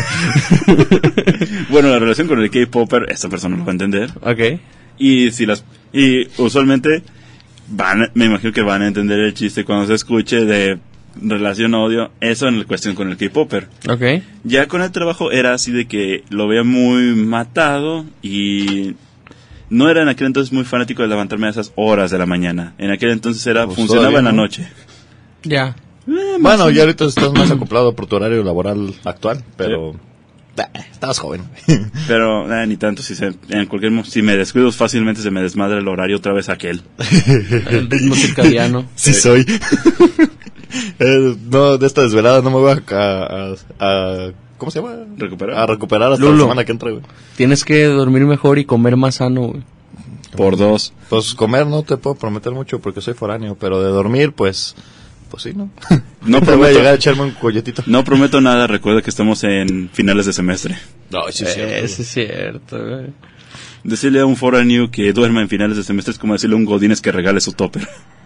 Bueno, la relación con el K-Popper, esta persona lo va a entender.
Ok.
Y si las y usualmente van, me imagino que van a entender el chiste cuando se escuche de relación odio, eso en la cuestión con el K-Popper.
Ok.
Ya con el trabajo era así de que lo veía muy matado y no era en aquel entonces muy fanático de levantarme a esas horas de la mañana. En aquel entonces era
Pues
funcionaba
todavía
en la
no.
noche.
Ya.
Eh, más
Bueno,
o-
ya ahorita estás más acoplado por tu horario laboral actual, pero... Ah, estabas joven.
Pero eh, ni tanto, si se, en cualquier mo- si me descuido fácilmente se me desmadra el horario otra vez aquel.
El ritmo circadiano.
Sí soy. Eh, no, de esta desvelada no me voy a... a- a- ¿Cómo se llama?
Recuperar.
A recuperar hasta
Lulo.
la semana que entra, güey.
Tienes que dormir mejor y comer más sano, güey.
Por dos.
Pues comer no te puedo prometer mucho porque soy foráneo, pero de dormir, pues... Pues sí, ¿no?
No
te voy a
prometo-
llegar a echarme un colletito.
No prometo nada, recuerda que estamos en finales de semestre.
No, sí,
Eh, Eso es cierto, güey.
Decirle a un foráneo que duerma en finales de semestre es como decirle a un godínez que regale su topper.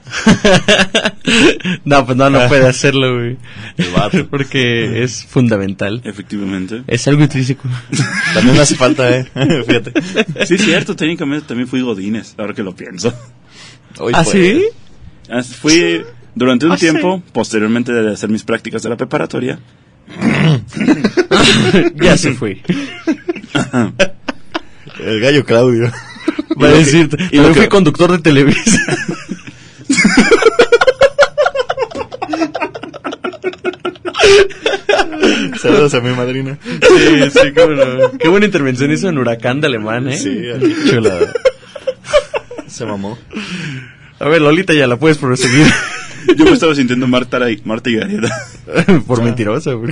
No, pues no, no puede hacerlo, güey.
El vato.
Porque es fundamental.
Efectivamente.
Es algo intrínseco.
También me hace falta, ¿eh? Fíjate.
Sí, cierto, técnicamente también fui godínez, ahora que lo pienso.
Hoy
¿Ah,
fue-
sí?
Ah, Fui, Durante un
Ah,
tiempo, posteriormente de hacer mis prácticas de la preparatoria,
Ya se fue.
El gallo Claudio.
Va a decirte.
y
Y
lo
yo
que-
fui conductor de Televisa.
Saludos a mi madrina.
Sí, sí, cómo no. Qué buena intervención hizo en Huracán de Alemán, ¿eh?
Sí, aquí chulada. Se mamó.
A ver, Lolita, ya la puedes proseguir.
yo me estaba sintiendo Marta y, Marta y Gareda.
Por mentirosa, güey.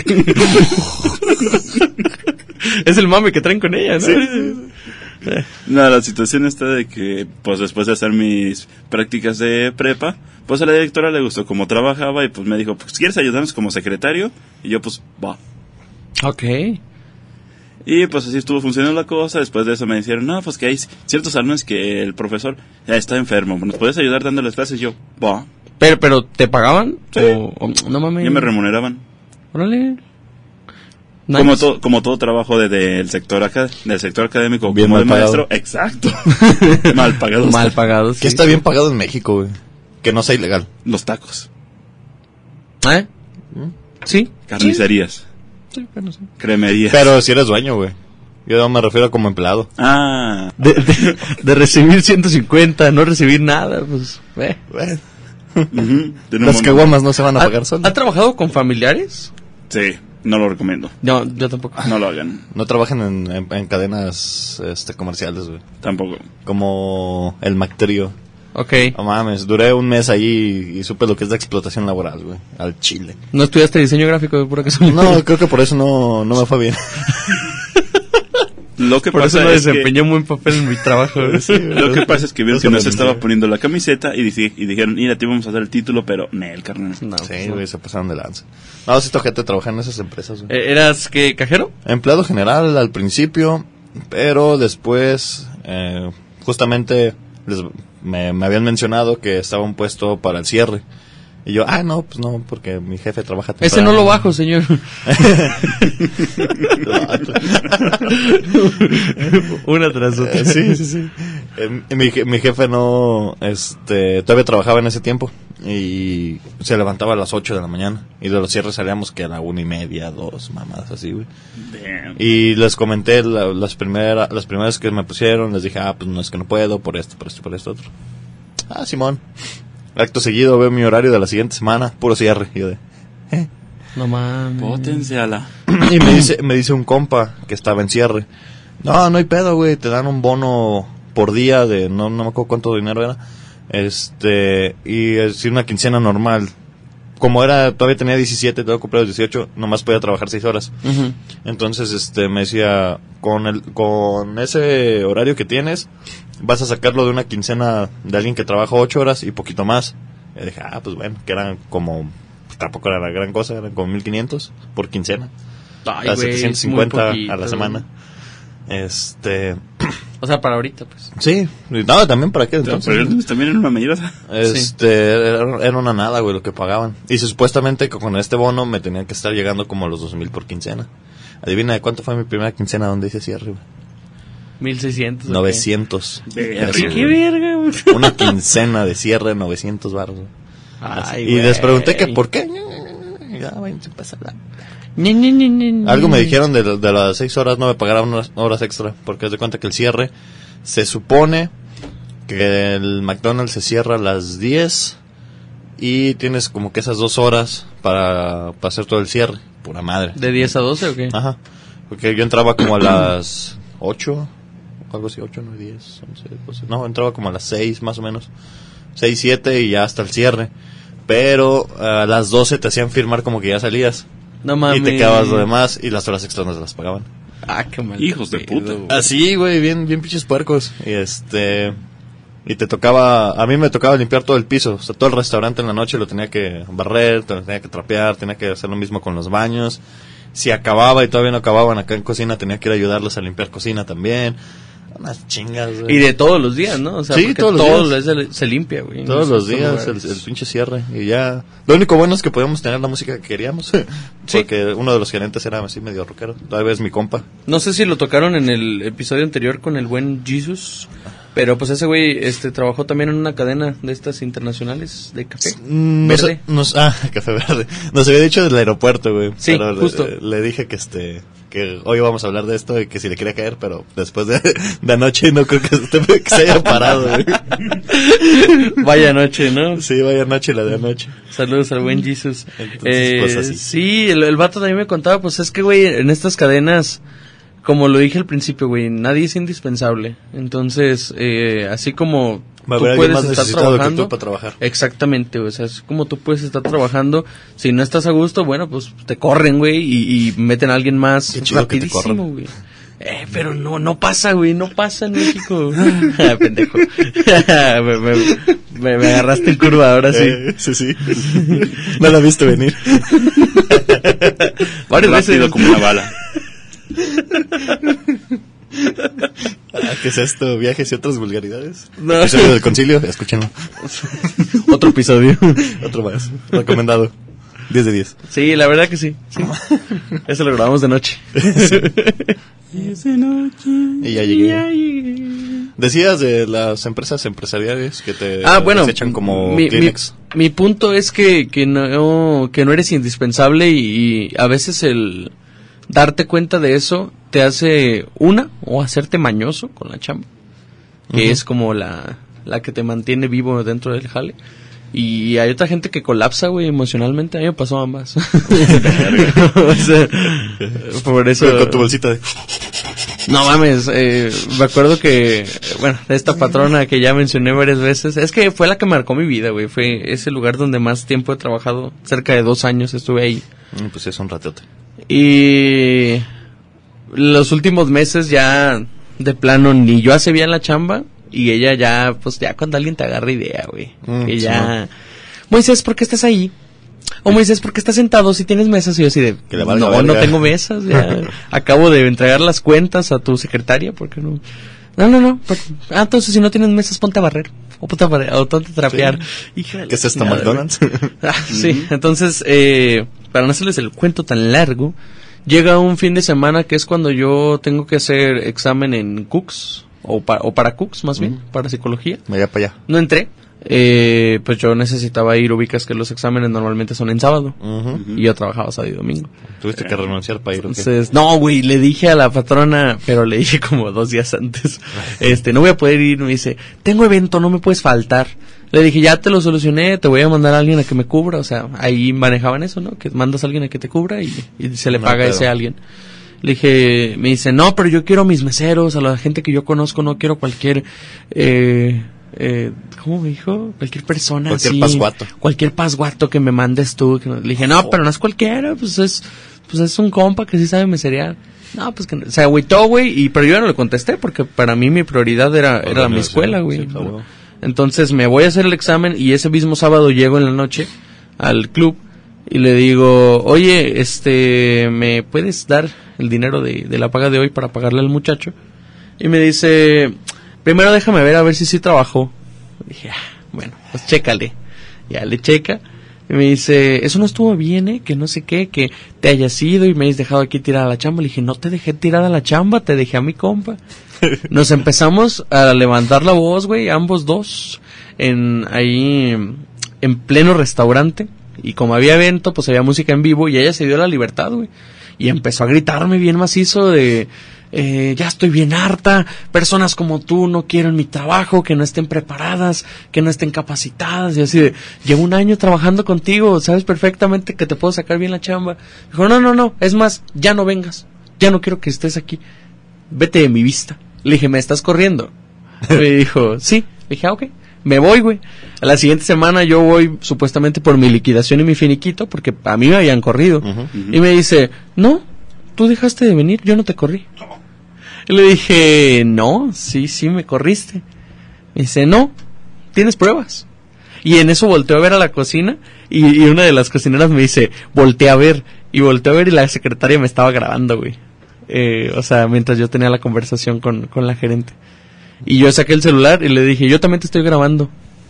Es el mame que traen con ella, ¿no?
No, la situación está de que, pues después de hacer mis prácticas de prepa, pues a la directora le gustó cómo trabajaba y pues me dijo, pues ¿quieres ayudarnos como secretario? Y yo pues, va.
Ok.
Y pues así estuvo funcionando la cosa. Después de eso me dijeron, no, pues que hay ciertos alumnos que el profesor ya está enfermo, ¿nos puedes ayudar dándoles clases? Y yo, va.
Pero, pero, ¿te pagaban?
Sí.
O, o- no mames.
Ya me remuneraban.
Órale. Nice.
Como, to- como todo trabajo de, del sector acá, del sector académico,
Bien
como de
mal pagado.
maestro, exacto. Mal pagado.
Mal pagado, sí.
Que está bien pagado en México, güey. Que no sea ilegal.
Los tacos,
¿Eh? Sí.
carnicerías,
Sí, bueno, sí.
cremerías.
Pero si eres dueño, güey. Yo no me refiero a como empleado.
Ah,
De, de, de recibir ciento cincuenta, no recibir nada, pues. Eh.
Bueno,
ujú, de un
las
montón.
caguamas no se van a
¿Ha,
pagar solas.
¿Ha trabajado con familiares?
Sí, no lo recomiendo.
No, yo tampoco.
No lo hagan,
No trabajan en, en- en cadenas este, comerciales, güey.
tampoco.
Como el Mactrío.
Ok.
No mames, duré un mes ahí y supe lo que es la explotación laboral, güey. Al chile.
¿No estudiaste diseño gráfico de pura casualidad?
No, creo que por eso no, no me fue bien.
Lo que
Por eso
pasa
no
es que,
desempeñé un buen papel en mi trabajo.
lo que pasa es que vieron
Eso
que no
me
se
denunció.
estaba poniendo la camiseta y, dici- y dijeron, mira, te íbamos a dar el título, pero Nel, carnal.
No,
Sí,
pues no.
güey, se pasaron de lanza. No, sí, toca trabajar en esas empresas, güey.
Eh, ¿Eras qué, cajero?
Empleado general al principio, pero después, eh, justamente, les, me, me habían mencionado que estaba un puesto para el cierre. Y yo, ah, no, pues no, porque mi jefe trabaja temprano.
Ese no lo bajo, señor. Una tras otra.
Eh, sí, sí, sí. Eh, mi, je- mi jefe no, este, todavía trabajaba en ese tiempo y se levantaba a las ocho de la mañana y de los cierres salíamos que a la una y media, dos, mamadas así, güey.
Damn.
Y les comenté la- las primeras, las primeras que me pusieron, les dije, ah, pues no es que no puedo, por esto, por esto, por esto, otro. Ah, Simón. Acto seguido veo mi horario de la siguiente semana, puro cierre. Y yo de,
No mames.
Potenciala.
y me dice, me dice un compa que estaba en cierre. No, no hay pedo, güey, te dan un bono por día de, no, no me acuerdo cuánto dinero era. Este, y es una quincena normal. Como era, todavía tenía diecisiete, tengo comprado dieciocho, nomás podía trabajar seis horas.
Ujú.
Entonces, este, me decía, con el, con ese horario que tienes, vas a sacarlo de una quincena de alguien que trabaja ocho horas y poquito más. Y dije, ah, pues bueno, que eran como, pues, tampoco era la gran cosa, eran como mil quinientos por quincena.
Ay,
a
güey,
setecientos
es muy
cincuenta
poquito.
a la semana. Este,
O sea, para ahorita, pues.
sí, y no, también para qué entonces.
Pero ellos también en una medida.
Este, era, era una nada, güey, lo que pagaban. Y supuestamente que con este bono me tenían que estar llegando como a los dos mil por quincena. Adivina de cuánto fue mi primera quincena donde hice cierre, güey.
mil seiscientos. ¿o qué?
novecientos.
Verga.
Eso,
¿Qué
güey.
verga, güey?
Una quincena de cierre, novecientos baros. güey.
Ay,
Y les
güey.
pregunté que por qué. Ya, güey, se pasa la-
Ni, ni, ni, ni, ni.
Algo me dijeron de, de las seis horas no me pagaran unas horas extra. Porque haz de cuenta que el cierre se supone que el McDonald's se cierra a las diez y tienes como que esas dos horas para, para hacer todo el cierre. Pura madre.
¿De diez a doce o qué?
Ajá. Porque yo entraba como a las ocho, algo así, ocho, nueve, diez, once, doce. No, entraba como a las seis más o menos. seis, siete y ya hasta el cierre. Pero a las doce te hacían firmar como que ya salías.
No mames.
Y te quedabas lo demás y las horas extras no se las pagaban.
Ah, qué mal.
Hijos de puta.
Así, güey, bien, bien pinches puercos. Y este... Y te tocaba... A mí me tocaba limpiar todo el piso. O sea, todo el restaurante en la noche lo tenía que barrer, tenía que trapear, tenía que hacer lo mismo con los baños. Si acababa y todavía no acababan acá en cocina, tenía que ir a ayudarlos a limpiar cocina también. Unas chingas, güey.
Y de todos los días, ¿no? O sea,
Sí,
porque
todos los
todos
días.
los días se, se limpia, güey.
Todos
En
los
esos
días, el,
lugares.
el pinche cierre. Y ya... Lo único bueno es que podíamos tener la música que queríamos. Porque uno de los gerentes era así medio rockero. Todavía es mi compa.
No sé si lo tocaron en el episodio anterior con el buen Jesus. Pero pues ese güey este, trabajó también en una cadena de estas internacionales de café.
Mm,
Verde.
Nos, nos, ah, café verde. Nos había dicho del aeropuerto, güey.
Sí,
pero
justo.
Le, le dije que este que hoy vamos a hablar de esto y que si le quería caer, pero después de, de anoche no creo que, usted, que se haya parado, güey.
Vaya noche, ¿no?
Sí, vaya noche la de anoche.
Saludos al buen Jesus.
Entonces,
Eh,
pues así.
sí, el, el vato también me contaba, pues es que, güey, en estas cadenas, como lo dije al principio, güey, nadie es indispensable. Entonces, eh, así como
Va a
tú
haber alguien
puedes
más
estar
necesitado que
trabajando,
tú para trabajar.
exactamente, güey, o sea, es como tú puedes estar trabajando, si no estás a gusto, bueno, pues te corren, güey, y, y meten a alguin más
Qué chido que te
rapidísimo,
corran.
güey. Eh, pero no, no pasa, güey, no pasa en México. Ah, pendejo. me, me, me, me agarraste en curva, ahora sí.
Eh, sí, sí. No la viste venir.
Varias
Rápido
veces.
como una bala.
Ah, ¿qué es esto? ¿Viajes y otras vulgaridades?
No.
Episodio del concilio, escúchenlo.
Otro episodio.
Otro más. Recomendado. diez de diez.
Sí, la verdad que sí. sí. Eso lo grabamos de noche.
Y ya llegué. Decías de las empresas empresariales que te
Ah, bueno,
desechan como
mi, mi,
Kleenex.
mi punto es que, que, no, que no eres indispensable y, y a veces el darte cuenta de eso te hace una o hacerte mañoso con la chamba, que
Ujú.
es como la, la que te mantiene vivo dentro del jale. Y hay otra gente que colapsa, güey, emocionalmente. A mí me pasó ambas. O sea, por eso...
Con, con tu bolsita de...
No mames, eh, me acuerdo que, bueno, esta patrona que ya mencioné varias veces, es que fue la que marcó mi vida, güey. Fue ese lugar donde más tiempo he trabajado, cerca de dos años estuve ahí.
Mm, Pues es un ratote.
Y los últimos meses ya, de plano, ni yo hacía bien la chamba. Y ella ya, pues ya cuando alguien te agarra idea, güey.
Mm,
que
sí,
ya... Moisés, ¿por qué estás ahí? O Moisés, ¿por qué estás sentado si tienes mesas? Y yo así de...
Que le valga
no,
verga.
no tengo mesas. Ya acabo de entregar las cuentas a tu secretaria. ¿Por qué no? No, no, no. por- Ah, entonces si no tienes mesas, ponte a barrer. O ponte a, barrer, o ponte a trapear. Hija de
¿Qué
la
es esto,
chingada,
McDonald's?
güey. Ah, sí, entonces, eh, para no hacerles el cuento tan largo, llega un fin de semana que es cuando yo tengo que hacer examen en Cooks. O, pa- o para Cooks, más bien,
Ujú.
para psicología.
Allá para allá.
No entré. Eh, pues yo necesitaba ir, ubicas que los exámenes normalmente son en sábado.
Ujú.
Y yo trabajaba sábado y domingo.
Tuviste que renunciar para ir, ¿o qué?
Entonces, no, güey, le dije a la patrona, pero le dije como dos días antes, este, no voy a poder ir. Me dice, tengo evento, no me puedes faltar. Le dije, ya te lo solucioné, te voy a mandar a alguien a que me cubra. O sea, ahí manejaban eso, ¿no? Que mandas a alguien a que te cubra y, y se le
No hay
paga a
pedo.
ese alguien. Le dije, me dice, no, pero yo quiero a mis meseros, a la gente que yo conozco, no quiero cualquier, eh, eh, ¿cómo me dijo? Cualquier persona
Cualquier
así.
pasguato.
Cualquier pasguato que me mandes tú. Que no- Le dije, no, pero no es cualquiera, pues es, pues es un compa que sí sabe meserear. No, pues que no- se agüitó, güey, y pero yo no le contesté porque para mí mi prioridad era,
Por
era
la
mi escuela, güey.
universidad, sí, claro.
Entonces me voy a hacer el examen y ese mismo sábado llego en la noche al club y le digo, oye, este, ¿me puedes dar el dinero de, de la paga de hoy para pagarle al muchacho? Y me dice, primero déjame ver a ver si sí trabajó. Dije, ah, bueno, pues chécale. Ya le checa. Y me dice, eso no estuvo bien, ¿eh? Que no sé qué, que te hayas ido y me hayas dejado aquí tirada la chamba. Le dije, no te dejé tirada la chamba, te dejé a mi compa. Nos empezamos a levantar la voz, güey, ambos dos, en ahí, en pleno restaurante. Y como había evento, pues había música en vivo y ella se dio la libertad, güey. Y empezó a gritarme bien macizo de, eh, ya estoy bien harta, personas como tú no quieren mi trabajo, que no estén preparadas, que no estén capacitadas. Y así de, llevo un año trabajando contigo, sabes perfectamente que te puedo sacar bien la chamba. Dijo, no, no, no, es más, ya no vengas, ya no quiero que estés aquí, vete de mi vista. Le dije, ¿me estás corriendo? Me dijo, sí. Le dije, ah, ok. Me voy, güey. A la siguiente semana yo voy supuestamente por mi liquidación y mi finiquito, porque a mí me habían corrido.
Ujú.
Y me dice, no, tú dejaste de venir, yo no te corrí. Y le dije, no, sí, sí me corriste. Me dice, no, tienes pruebas. Y en eso volteó a ver a la cocina y, y una de las cocineras me dice, volteé a ver. Y volteé a ver y la secretaria me estaba grabando, güey. Eh, o sea, mientras yo tenía la conversación con, con la gerente. Y yo saqué el celular y le dije, yo también te estoy grabando.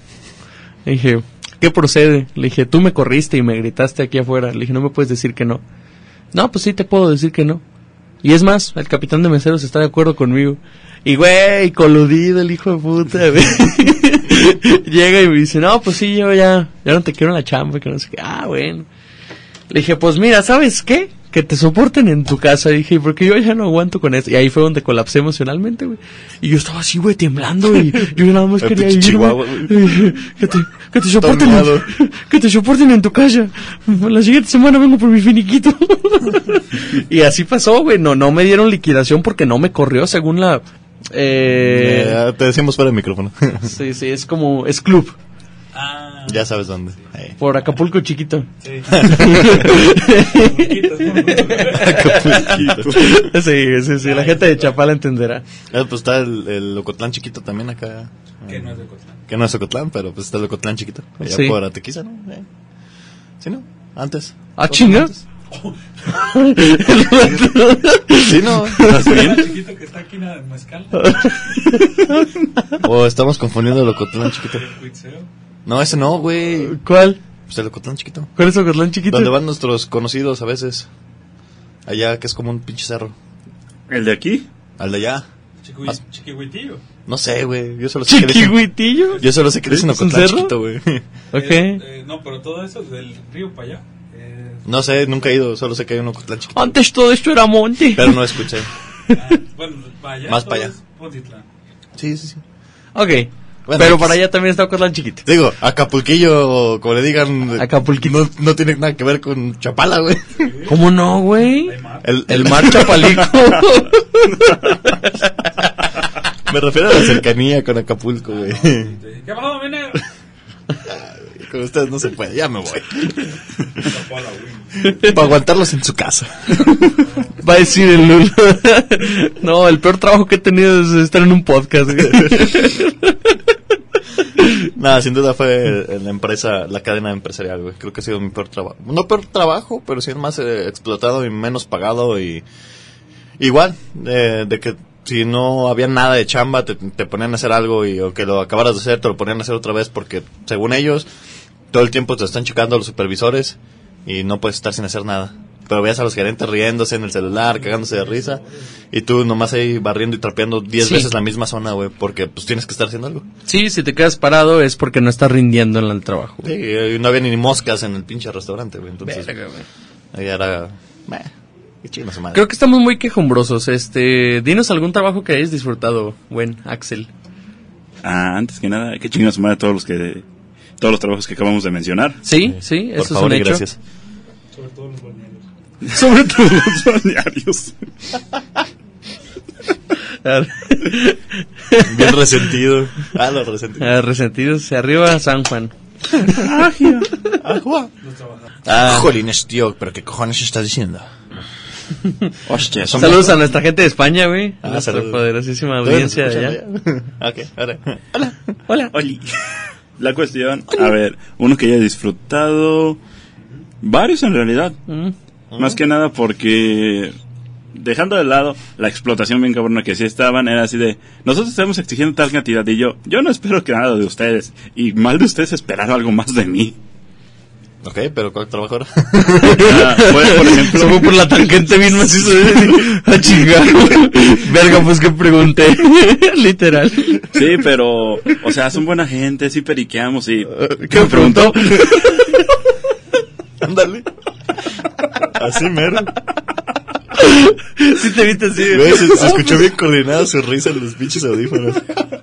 Le dije, ¿qué procede? Le dije, tú me corriste y me gritaste aquí afuera. Le dije, no me puedes decir que no. No, pues sí te puedo decir que no. Y es más, el capitán de meseros está de acuerdo conmigo. Y, güey, coludido el hijo de puta, güey. Llega y me dice, no, pues sí, yo ya, ya no te quiero en la chamba, que no sé qué. Ah, bueno. Le dije, pues mira, ¿sabes qué? Que te soporten en tu casa. Dije, porque yo ya no aguanto con esto. Y ahí fue donde colapsé emocionalmente, güey. Y yo estaba así, güey, temblando, y yo nada más quería ir, que te, que te soporten, en, que te soporten en tu casa. La siguiente semana vengo por mi finiquito. Y así pasó, güey. No, no me dieron liquidación porque no me corrió según la... Eh...
Eh, te decimos fuera del micrófono.
Sí, sí, es como, es club.
Ah,
Ya sabes dónde. Ahí.
Por Acapulco chiquito.
sí.
Acapulquito.
Sí, sí, sí, la gente de Chapala entenderá.
Eh, pues está el, el Ocotlán chiquito también acá.
Que no es de Cotlán.
Que no es Ocotlán, pero pues está el Ocotlán chiquito. Allá
Sí.
por Atequiza, ¿no? Eh. ¿Sí, no? Antes.
Ah, chinga.
Antes. Sí, no.
El chiquito que está aquí en la mezcal.
O estamos confundiendo el Ocotlán chiquito.
El Cuitzeo.
No, ese no, güey.
¿Cuál?
Pues el Ocotlán chiquito.
¿Cuál es Ocotlán chiquito?
Donde van nuestros conocidos a veces. Allá, que es como un pinche cerro.
¿El de aquí?
Al de allá.
Chiqui-
Más-
Chiquihuitillo.
No sé, güey. Yo solo sé que dicen,
¿Chiquihuitillo?
yo solo sé que dicen
¿Es un
Ocotlán
cerro?
chiquito, güey.
Ok.
Eh, eh, no, pero todo eso del río para allá. Eh,
No sé, nunca he ido. Solo sé que hay un Ocotlán chiquito.
Antes todo esto era monte.
Pero no escuché.
ah, bueno, para allá.
Más
todo
para allá.
es Pontitlán.
Sí, sí, sí.
Ok.
Bueno,
Pero
X.
para allá también está Ocotlán chiquito.
Digo, Acapulquillo, como le digan,
Acapulquito.
no, no tiene nada que ver con Chapala, güey.
¿Cómo no, güey?
Hay mar.
El,
El mar Chapalico.
Me refiero a la cercanía con Acapulco, güey.
¿Qué pasó, mi negro?
Con ustedes no se puede, ya me voy.
Tapó a la Win.
Para aguantarlos en su casa.
Va a decir el Lulo. No, el peor trabajo que he tenido es estar en un podcast, güey.
Nada, sin duda fue en la empresa, la cadena empresarial, güey. Creo que ha sido mi peor trabajo. No peor trabajo, pero sí el más eh, explotado y menos pagado y... Igual, eh, de que si no había nada de chamba, te, te ponían a hacer algo y o que lo acabaras de hacer, te lo ponían a hacer otra vez porque, según ellos, todo el tiempo te están checando los supervisores y no puedes estar sin hacer nada. Pero veías a los gerentes riéndose en el celular, cagándose de risa, y tú nomás ahí barriendo y trapeando diez
Sí.
veces la misma zona, güey, porque pues tienes que estar haciendo algo.
Sí, si te quedas parado es porque no estás rindiendo en el trabajo.
Sí, y no había ni moscas en el pinche restaurante, güey, entonces
Verga, güey.
ahí era... Meh, qué chingada su madre.
Creo que estamos muy quejumbrosos. Este, dinos algún trabajo que hayas disfrutado, buen Axel.
Ah, antes que nada, qué chingada su madre todos los que... Todos los trabajos que acabamos de mencionar.
Sí, sí,
Por
eso
favor
es
y
un hecho.
gracias.
Sobre todo los balnearios.
Sobre todo.
Los balnearios.
Bien resentido. Ah, lo resentido.
Ah, resentidos, arriba San Juan.
Ah, Juan.
Los trabajadores.
Ah, jolines, tío, pero qué cojones estás diciendo.
Hostia, son
Saludos a nuestra gente de España, güey.
Ah,
Nuestra
saludos.
poderosísima audiencia de allá.
Ok, ahora.
Hola.
Oli. La cuestión, a ver, uno que haya disfrutado, varios en realidad,
Mm.
más que nada porque, dejando de lado la explotación bien cabrona que sí estaban, era así de, nosotros estamos exigiendo tal cantidad y yo, yo no espero que nada de ustedes, y mal de ustedes esperar algo más de mí.
Ok, pero ¿cuál trabajo era?
Ah, pues, por
Se
ejemplo,
fue por la tangente bien macizo. A chingar. Verga, pues que pregunté. Literal.
sí, pero, o sea, son buena gente, sí periqueamos y...
¿Qué me preguntó?
Ándale. Así mero.
Sí te viste así.
Güey, se, se escuchó bien coordinada su risa en los pinches audífonos.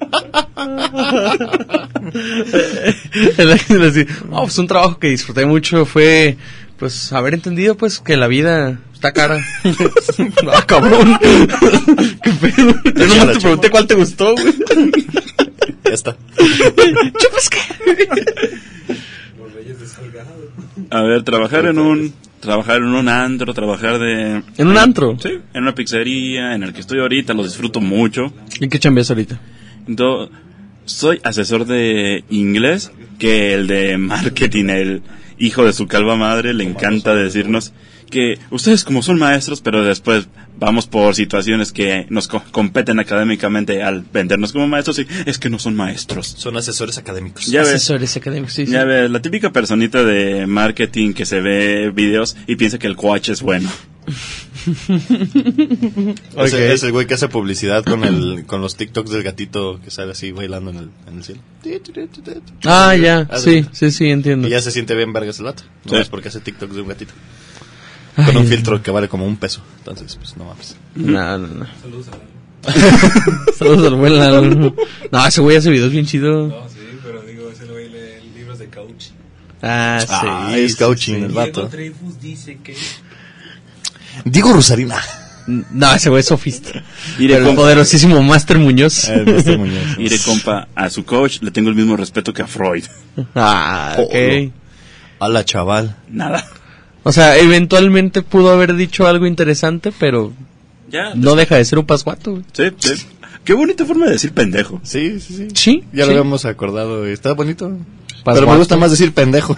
El Ángel así. No, pues un trabajo que disfruté mucho fue, pues, haber entendido, pues, que la vida está cara. Ah, cabrón. Qué pedo. Yo nomás te pregunté cuál te gustó, güey.
Ya está.
¿Chupas qué?
Los reyes de Salgado.
A ver, trabajar en un... Trabajar en un antro, trabajar de...
¿En un antro?
Sí, en una pizzería, en el que estoy ahorita, lo disfruto mucho.
¿Y qué chambeas ahorita?
Entonces, soy asesor de inglés, que el de marketing, el hijo de su calva madre, le encanta decirnos que ustedes como son maestros, pero después vamos por situaciones que nos co- competen académicamente al vendernos como maestros y es que no son maestros.
Son asesores académicos.
Ya ves.
Asesores académicos, sí, sí.
Ya ves, la típica personita de marketing que se ve videos y piensa que el coach es bueno.
Ok.
Ese es el güey que hace publicidad con el con los TikToks del gatito que sale así bailando en el, en el cielo.
Ah, ya,
Hace-
sí, sí, sí, entiendo.
Y ya se siente bien vergas el vato. No
Sí.
es porque hace TikToks de un gatito.
Ay,
Con un filtro que vale como un peso. Entonces, pues no mames.
No, no, no.
Saludos a Lalo.
Saludos al buen Lalo. No, ese güey hace videos bien chido.
No, sí, pero digo, ese güey lee libros de coach.
Ah, sí.
Ah, es coaching el
Diego
vato.
Dreyfus dice que...
Diego Rosarina.
No, ese güey es sofista.
Iré
El
con-
poderosísimo Master Muñoz.
Eh, Mister Muñoz.
Iré, compa, a su coach le tengo el mismo respeto que a Freud.
Ah, ok.
Polo. Hola, chaval.
Nada.
O sea, eventualmente pudo haber dicho algo interesante, pero
Ya.
no deja de ser un pascuato, güey.
Sí, sí. Qué bonita forma de decir pendejo.
Sí, sí, sí.
Sí,
Ya
sí.
lo habíamos acordado. y Está bonito. Pero
Pascuato.
me gusta más decir pendejo.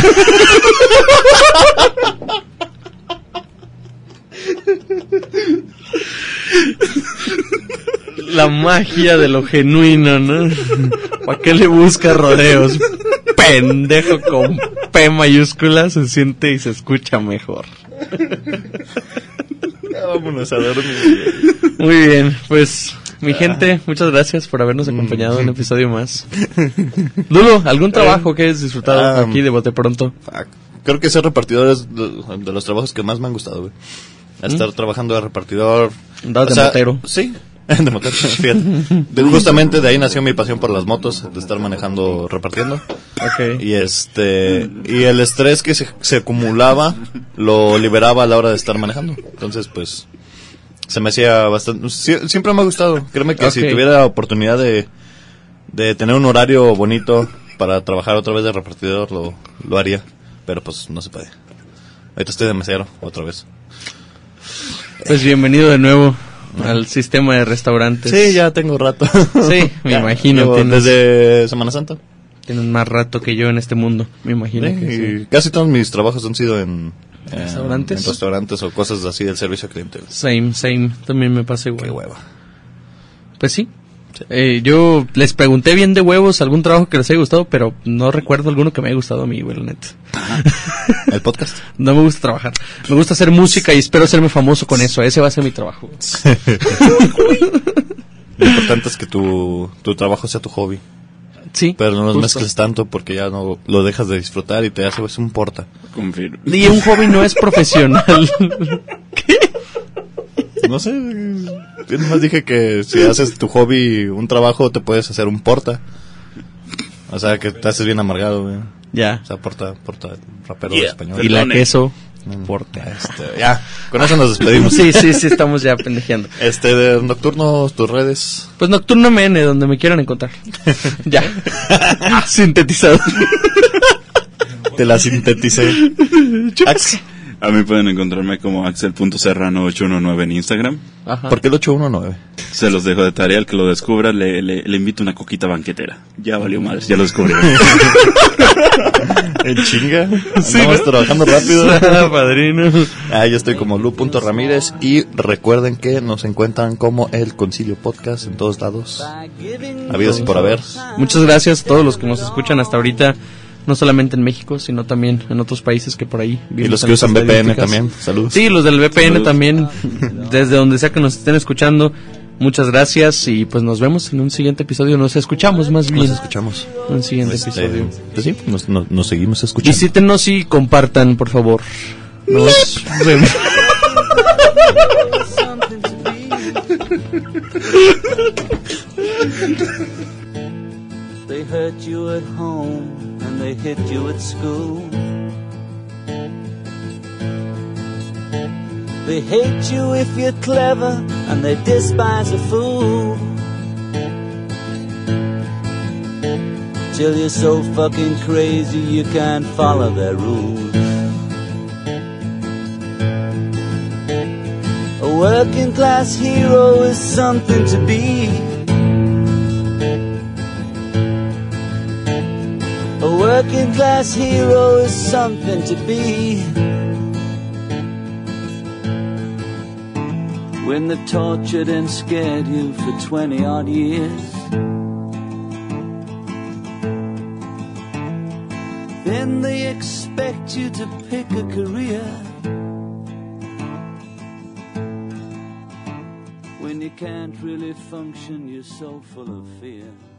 La magia de lo genuino, ¿no? ¿Para qué le busca rodeos? Pendejo con P mayúscula se siente y se escucha mejor.
Ya vámonos a dormir.
Muy bien, pues mi gente, muchas gracias por habernos acompañado en un episodio más. Lulo, ¿algún trabajo que hayas disfrutado
Ah,
aquí de bote pronto?
Fuck. Creo que ser repartidor es de de los trabajos que más me han gustado, güey. Estar trabajando de repartidor.
Andabas
O
de
sea,
motero.
Sí, de motero, fíjate. De- justamente de ahí nació mi pasión por las motos, de estar manejando, repartiendo.
Ok.
Y este, y el estrés que se, se acumulaba lo liberaba a la hora de estar manejando. Entonces, pues, se me hacía bastante, sie- siempre me ha gustado. Créeme que si
Ok.
tuviera la oportunidad de, de tener un horario bonito para trabajar otra vez de repartidor, lo, lo haría. Pero pues no se puede. Ahorita estoy de mesero, otra vez.
Pues bienvenido de nuevo al sistema de restaurantes.
Sí, ya tengo rato.
Sí, me
Ya,
imagino,
llevo
tienes-
desde Semana Santa.
Tienen más rato que yo en este mundo, me imagino
Sí,
que sí.
y casi todos mis trabajos han sido en, en-
¿Restaurantes?
en restaurantes o cosas así del servicio al cliente.
Same, same, también me pasa igual.
Qué hueva.
Pues sí. Eh, yo les pregunté bien de huevos algún trabajo que les haya gustado, pero no recuerdo alguno que me haya gustado a mí, güey, la neta.
El podcast.
No me gusta trabajar. Me gusta hacer música y espero hacerme famoso con eso. Ese va a ser mi trabajo.
Lo importante es que tu, tu trabajo sea tu hobby.
Sí.
Pero no los
justo.
mezcles tanto porque ya no lo dejas de disfrutar y te hace un importa.
Confirmo.
Y un hobby no es profesional.
No sé. Yo nomás dije que si haces tu hobby un trabajo te puedes hacer un porta. O sea que te haces bien amargado, güey.
Ya.
O sea, porta, porta rapero
Yeah.
español.
Y la
Perdone.
queso.
Porta. Este, ya, con eso nos despedimos.
Sí, sí, sí, estamos ya pendejeando.
Este, de Nocturno, tus redes.
Pues Nocturno M N, donde me quieran encontrar. Ya. Sintetizado.
Te la sinteticé. Ax,
A mí pueden encontrarme como axel punto serrano ocho uno nueve en Instagram.
Ajá.
¿por qué el ocho uno nueve?
Se los dejo de tarea. El que lo descubra le, le, le invito una coquita banquetera. Ya valió mal, ya lo descubrí.
En chinga. Estamos trabajando rápido.
Ah, padrino.
Ah, yo estoy como Lu.Ramírez y recuerden que nos encuentran como El Concilio Podcast en todos lados. Habidos y por haber.
Muchas gracias a todos los que nos escuchan hasta ahorita, no solamente en México, sino también en otros países que por ahí.
Y
vimos
los
en
que
las
usan V P N
estadísticas.
también. Saludos.
Sí, los del V P N
Saludos.
también, desde donde sea que nos estén escuchando. Muchas gracias y pues nos vemos en un siguiente episodio. Nos escuchamos más bien.
Nos escuchamos.
En un siguiente
Este,
episodio.
pues sí, nos, nos, nos seguimos escuchando.
Visítenos y compartan, por favor. Nos vemos.
They hurt you at home and they hit you at school. They hate you if you're clever and they despise a fool. Till you're so fucking crazy you can't follow their rules. A working class hero is something to be. A working class hero is something to be. When they tortured and scared you for twenty odd years, then they expect you to pick a career. you can't really function, you're so full of fear.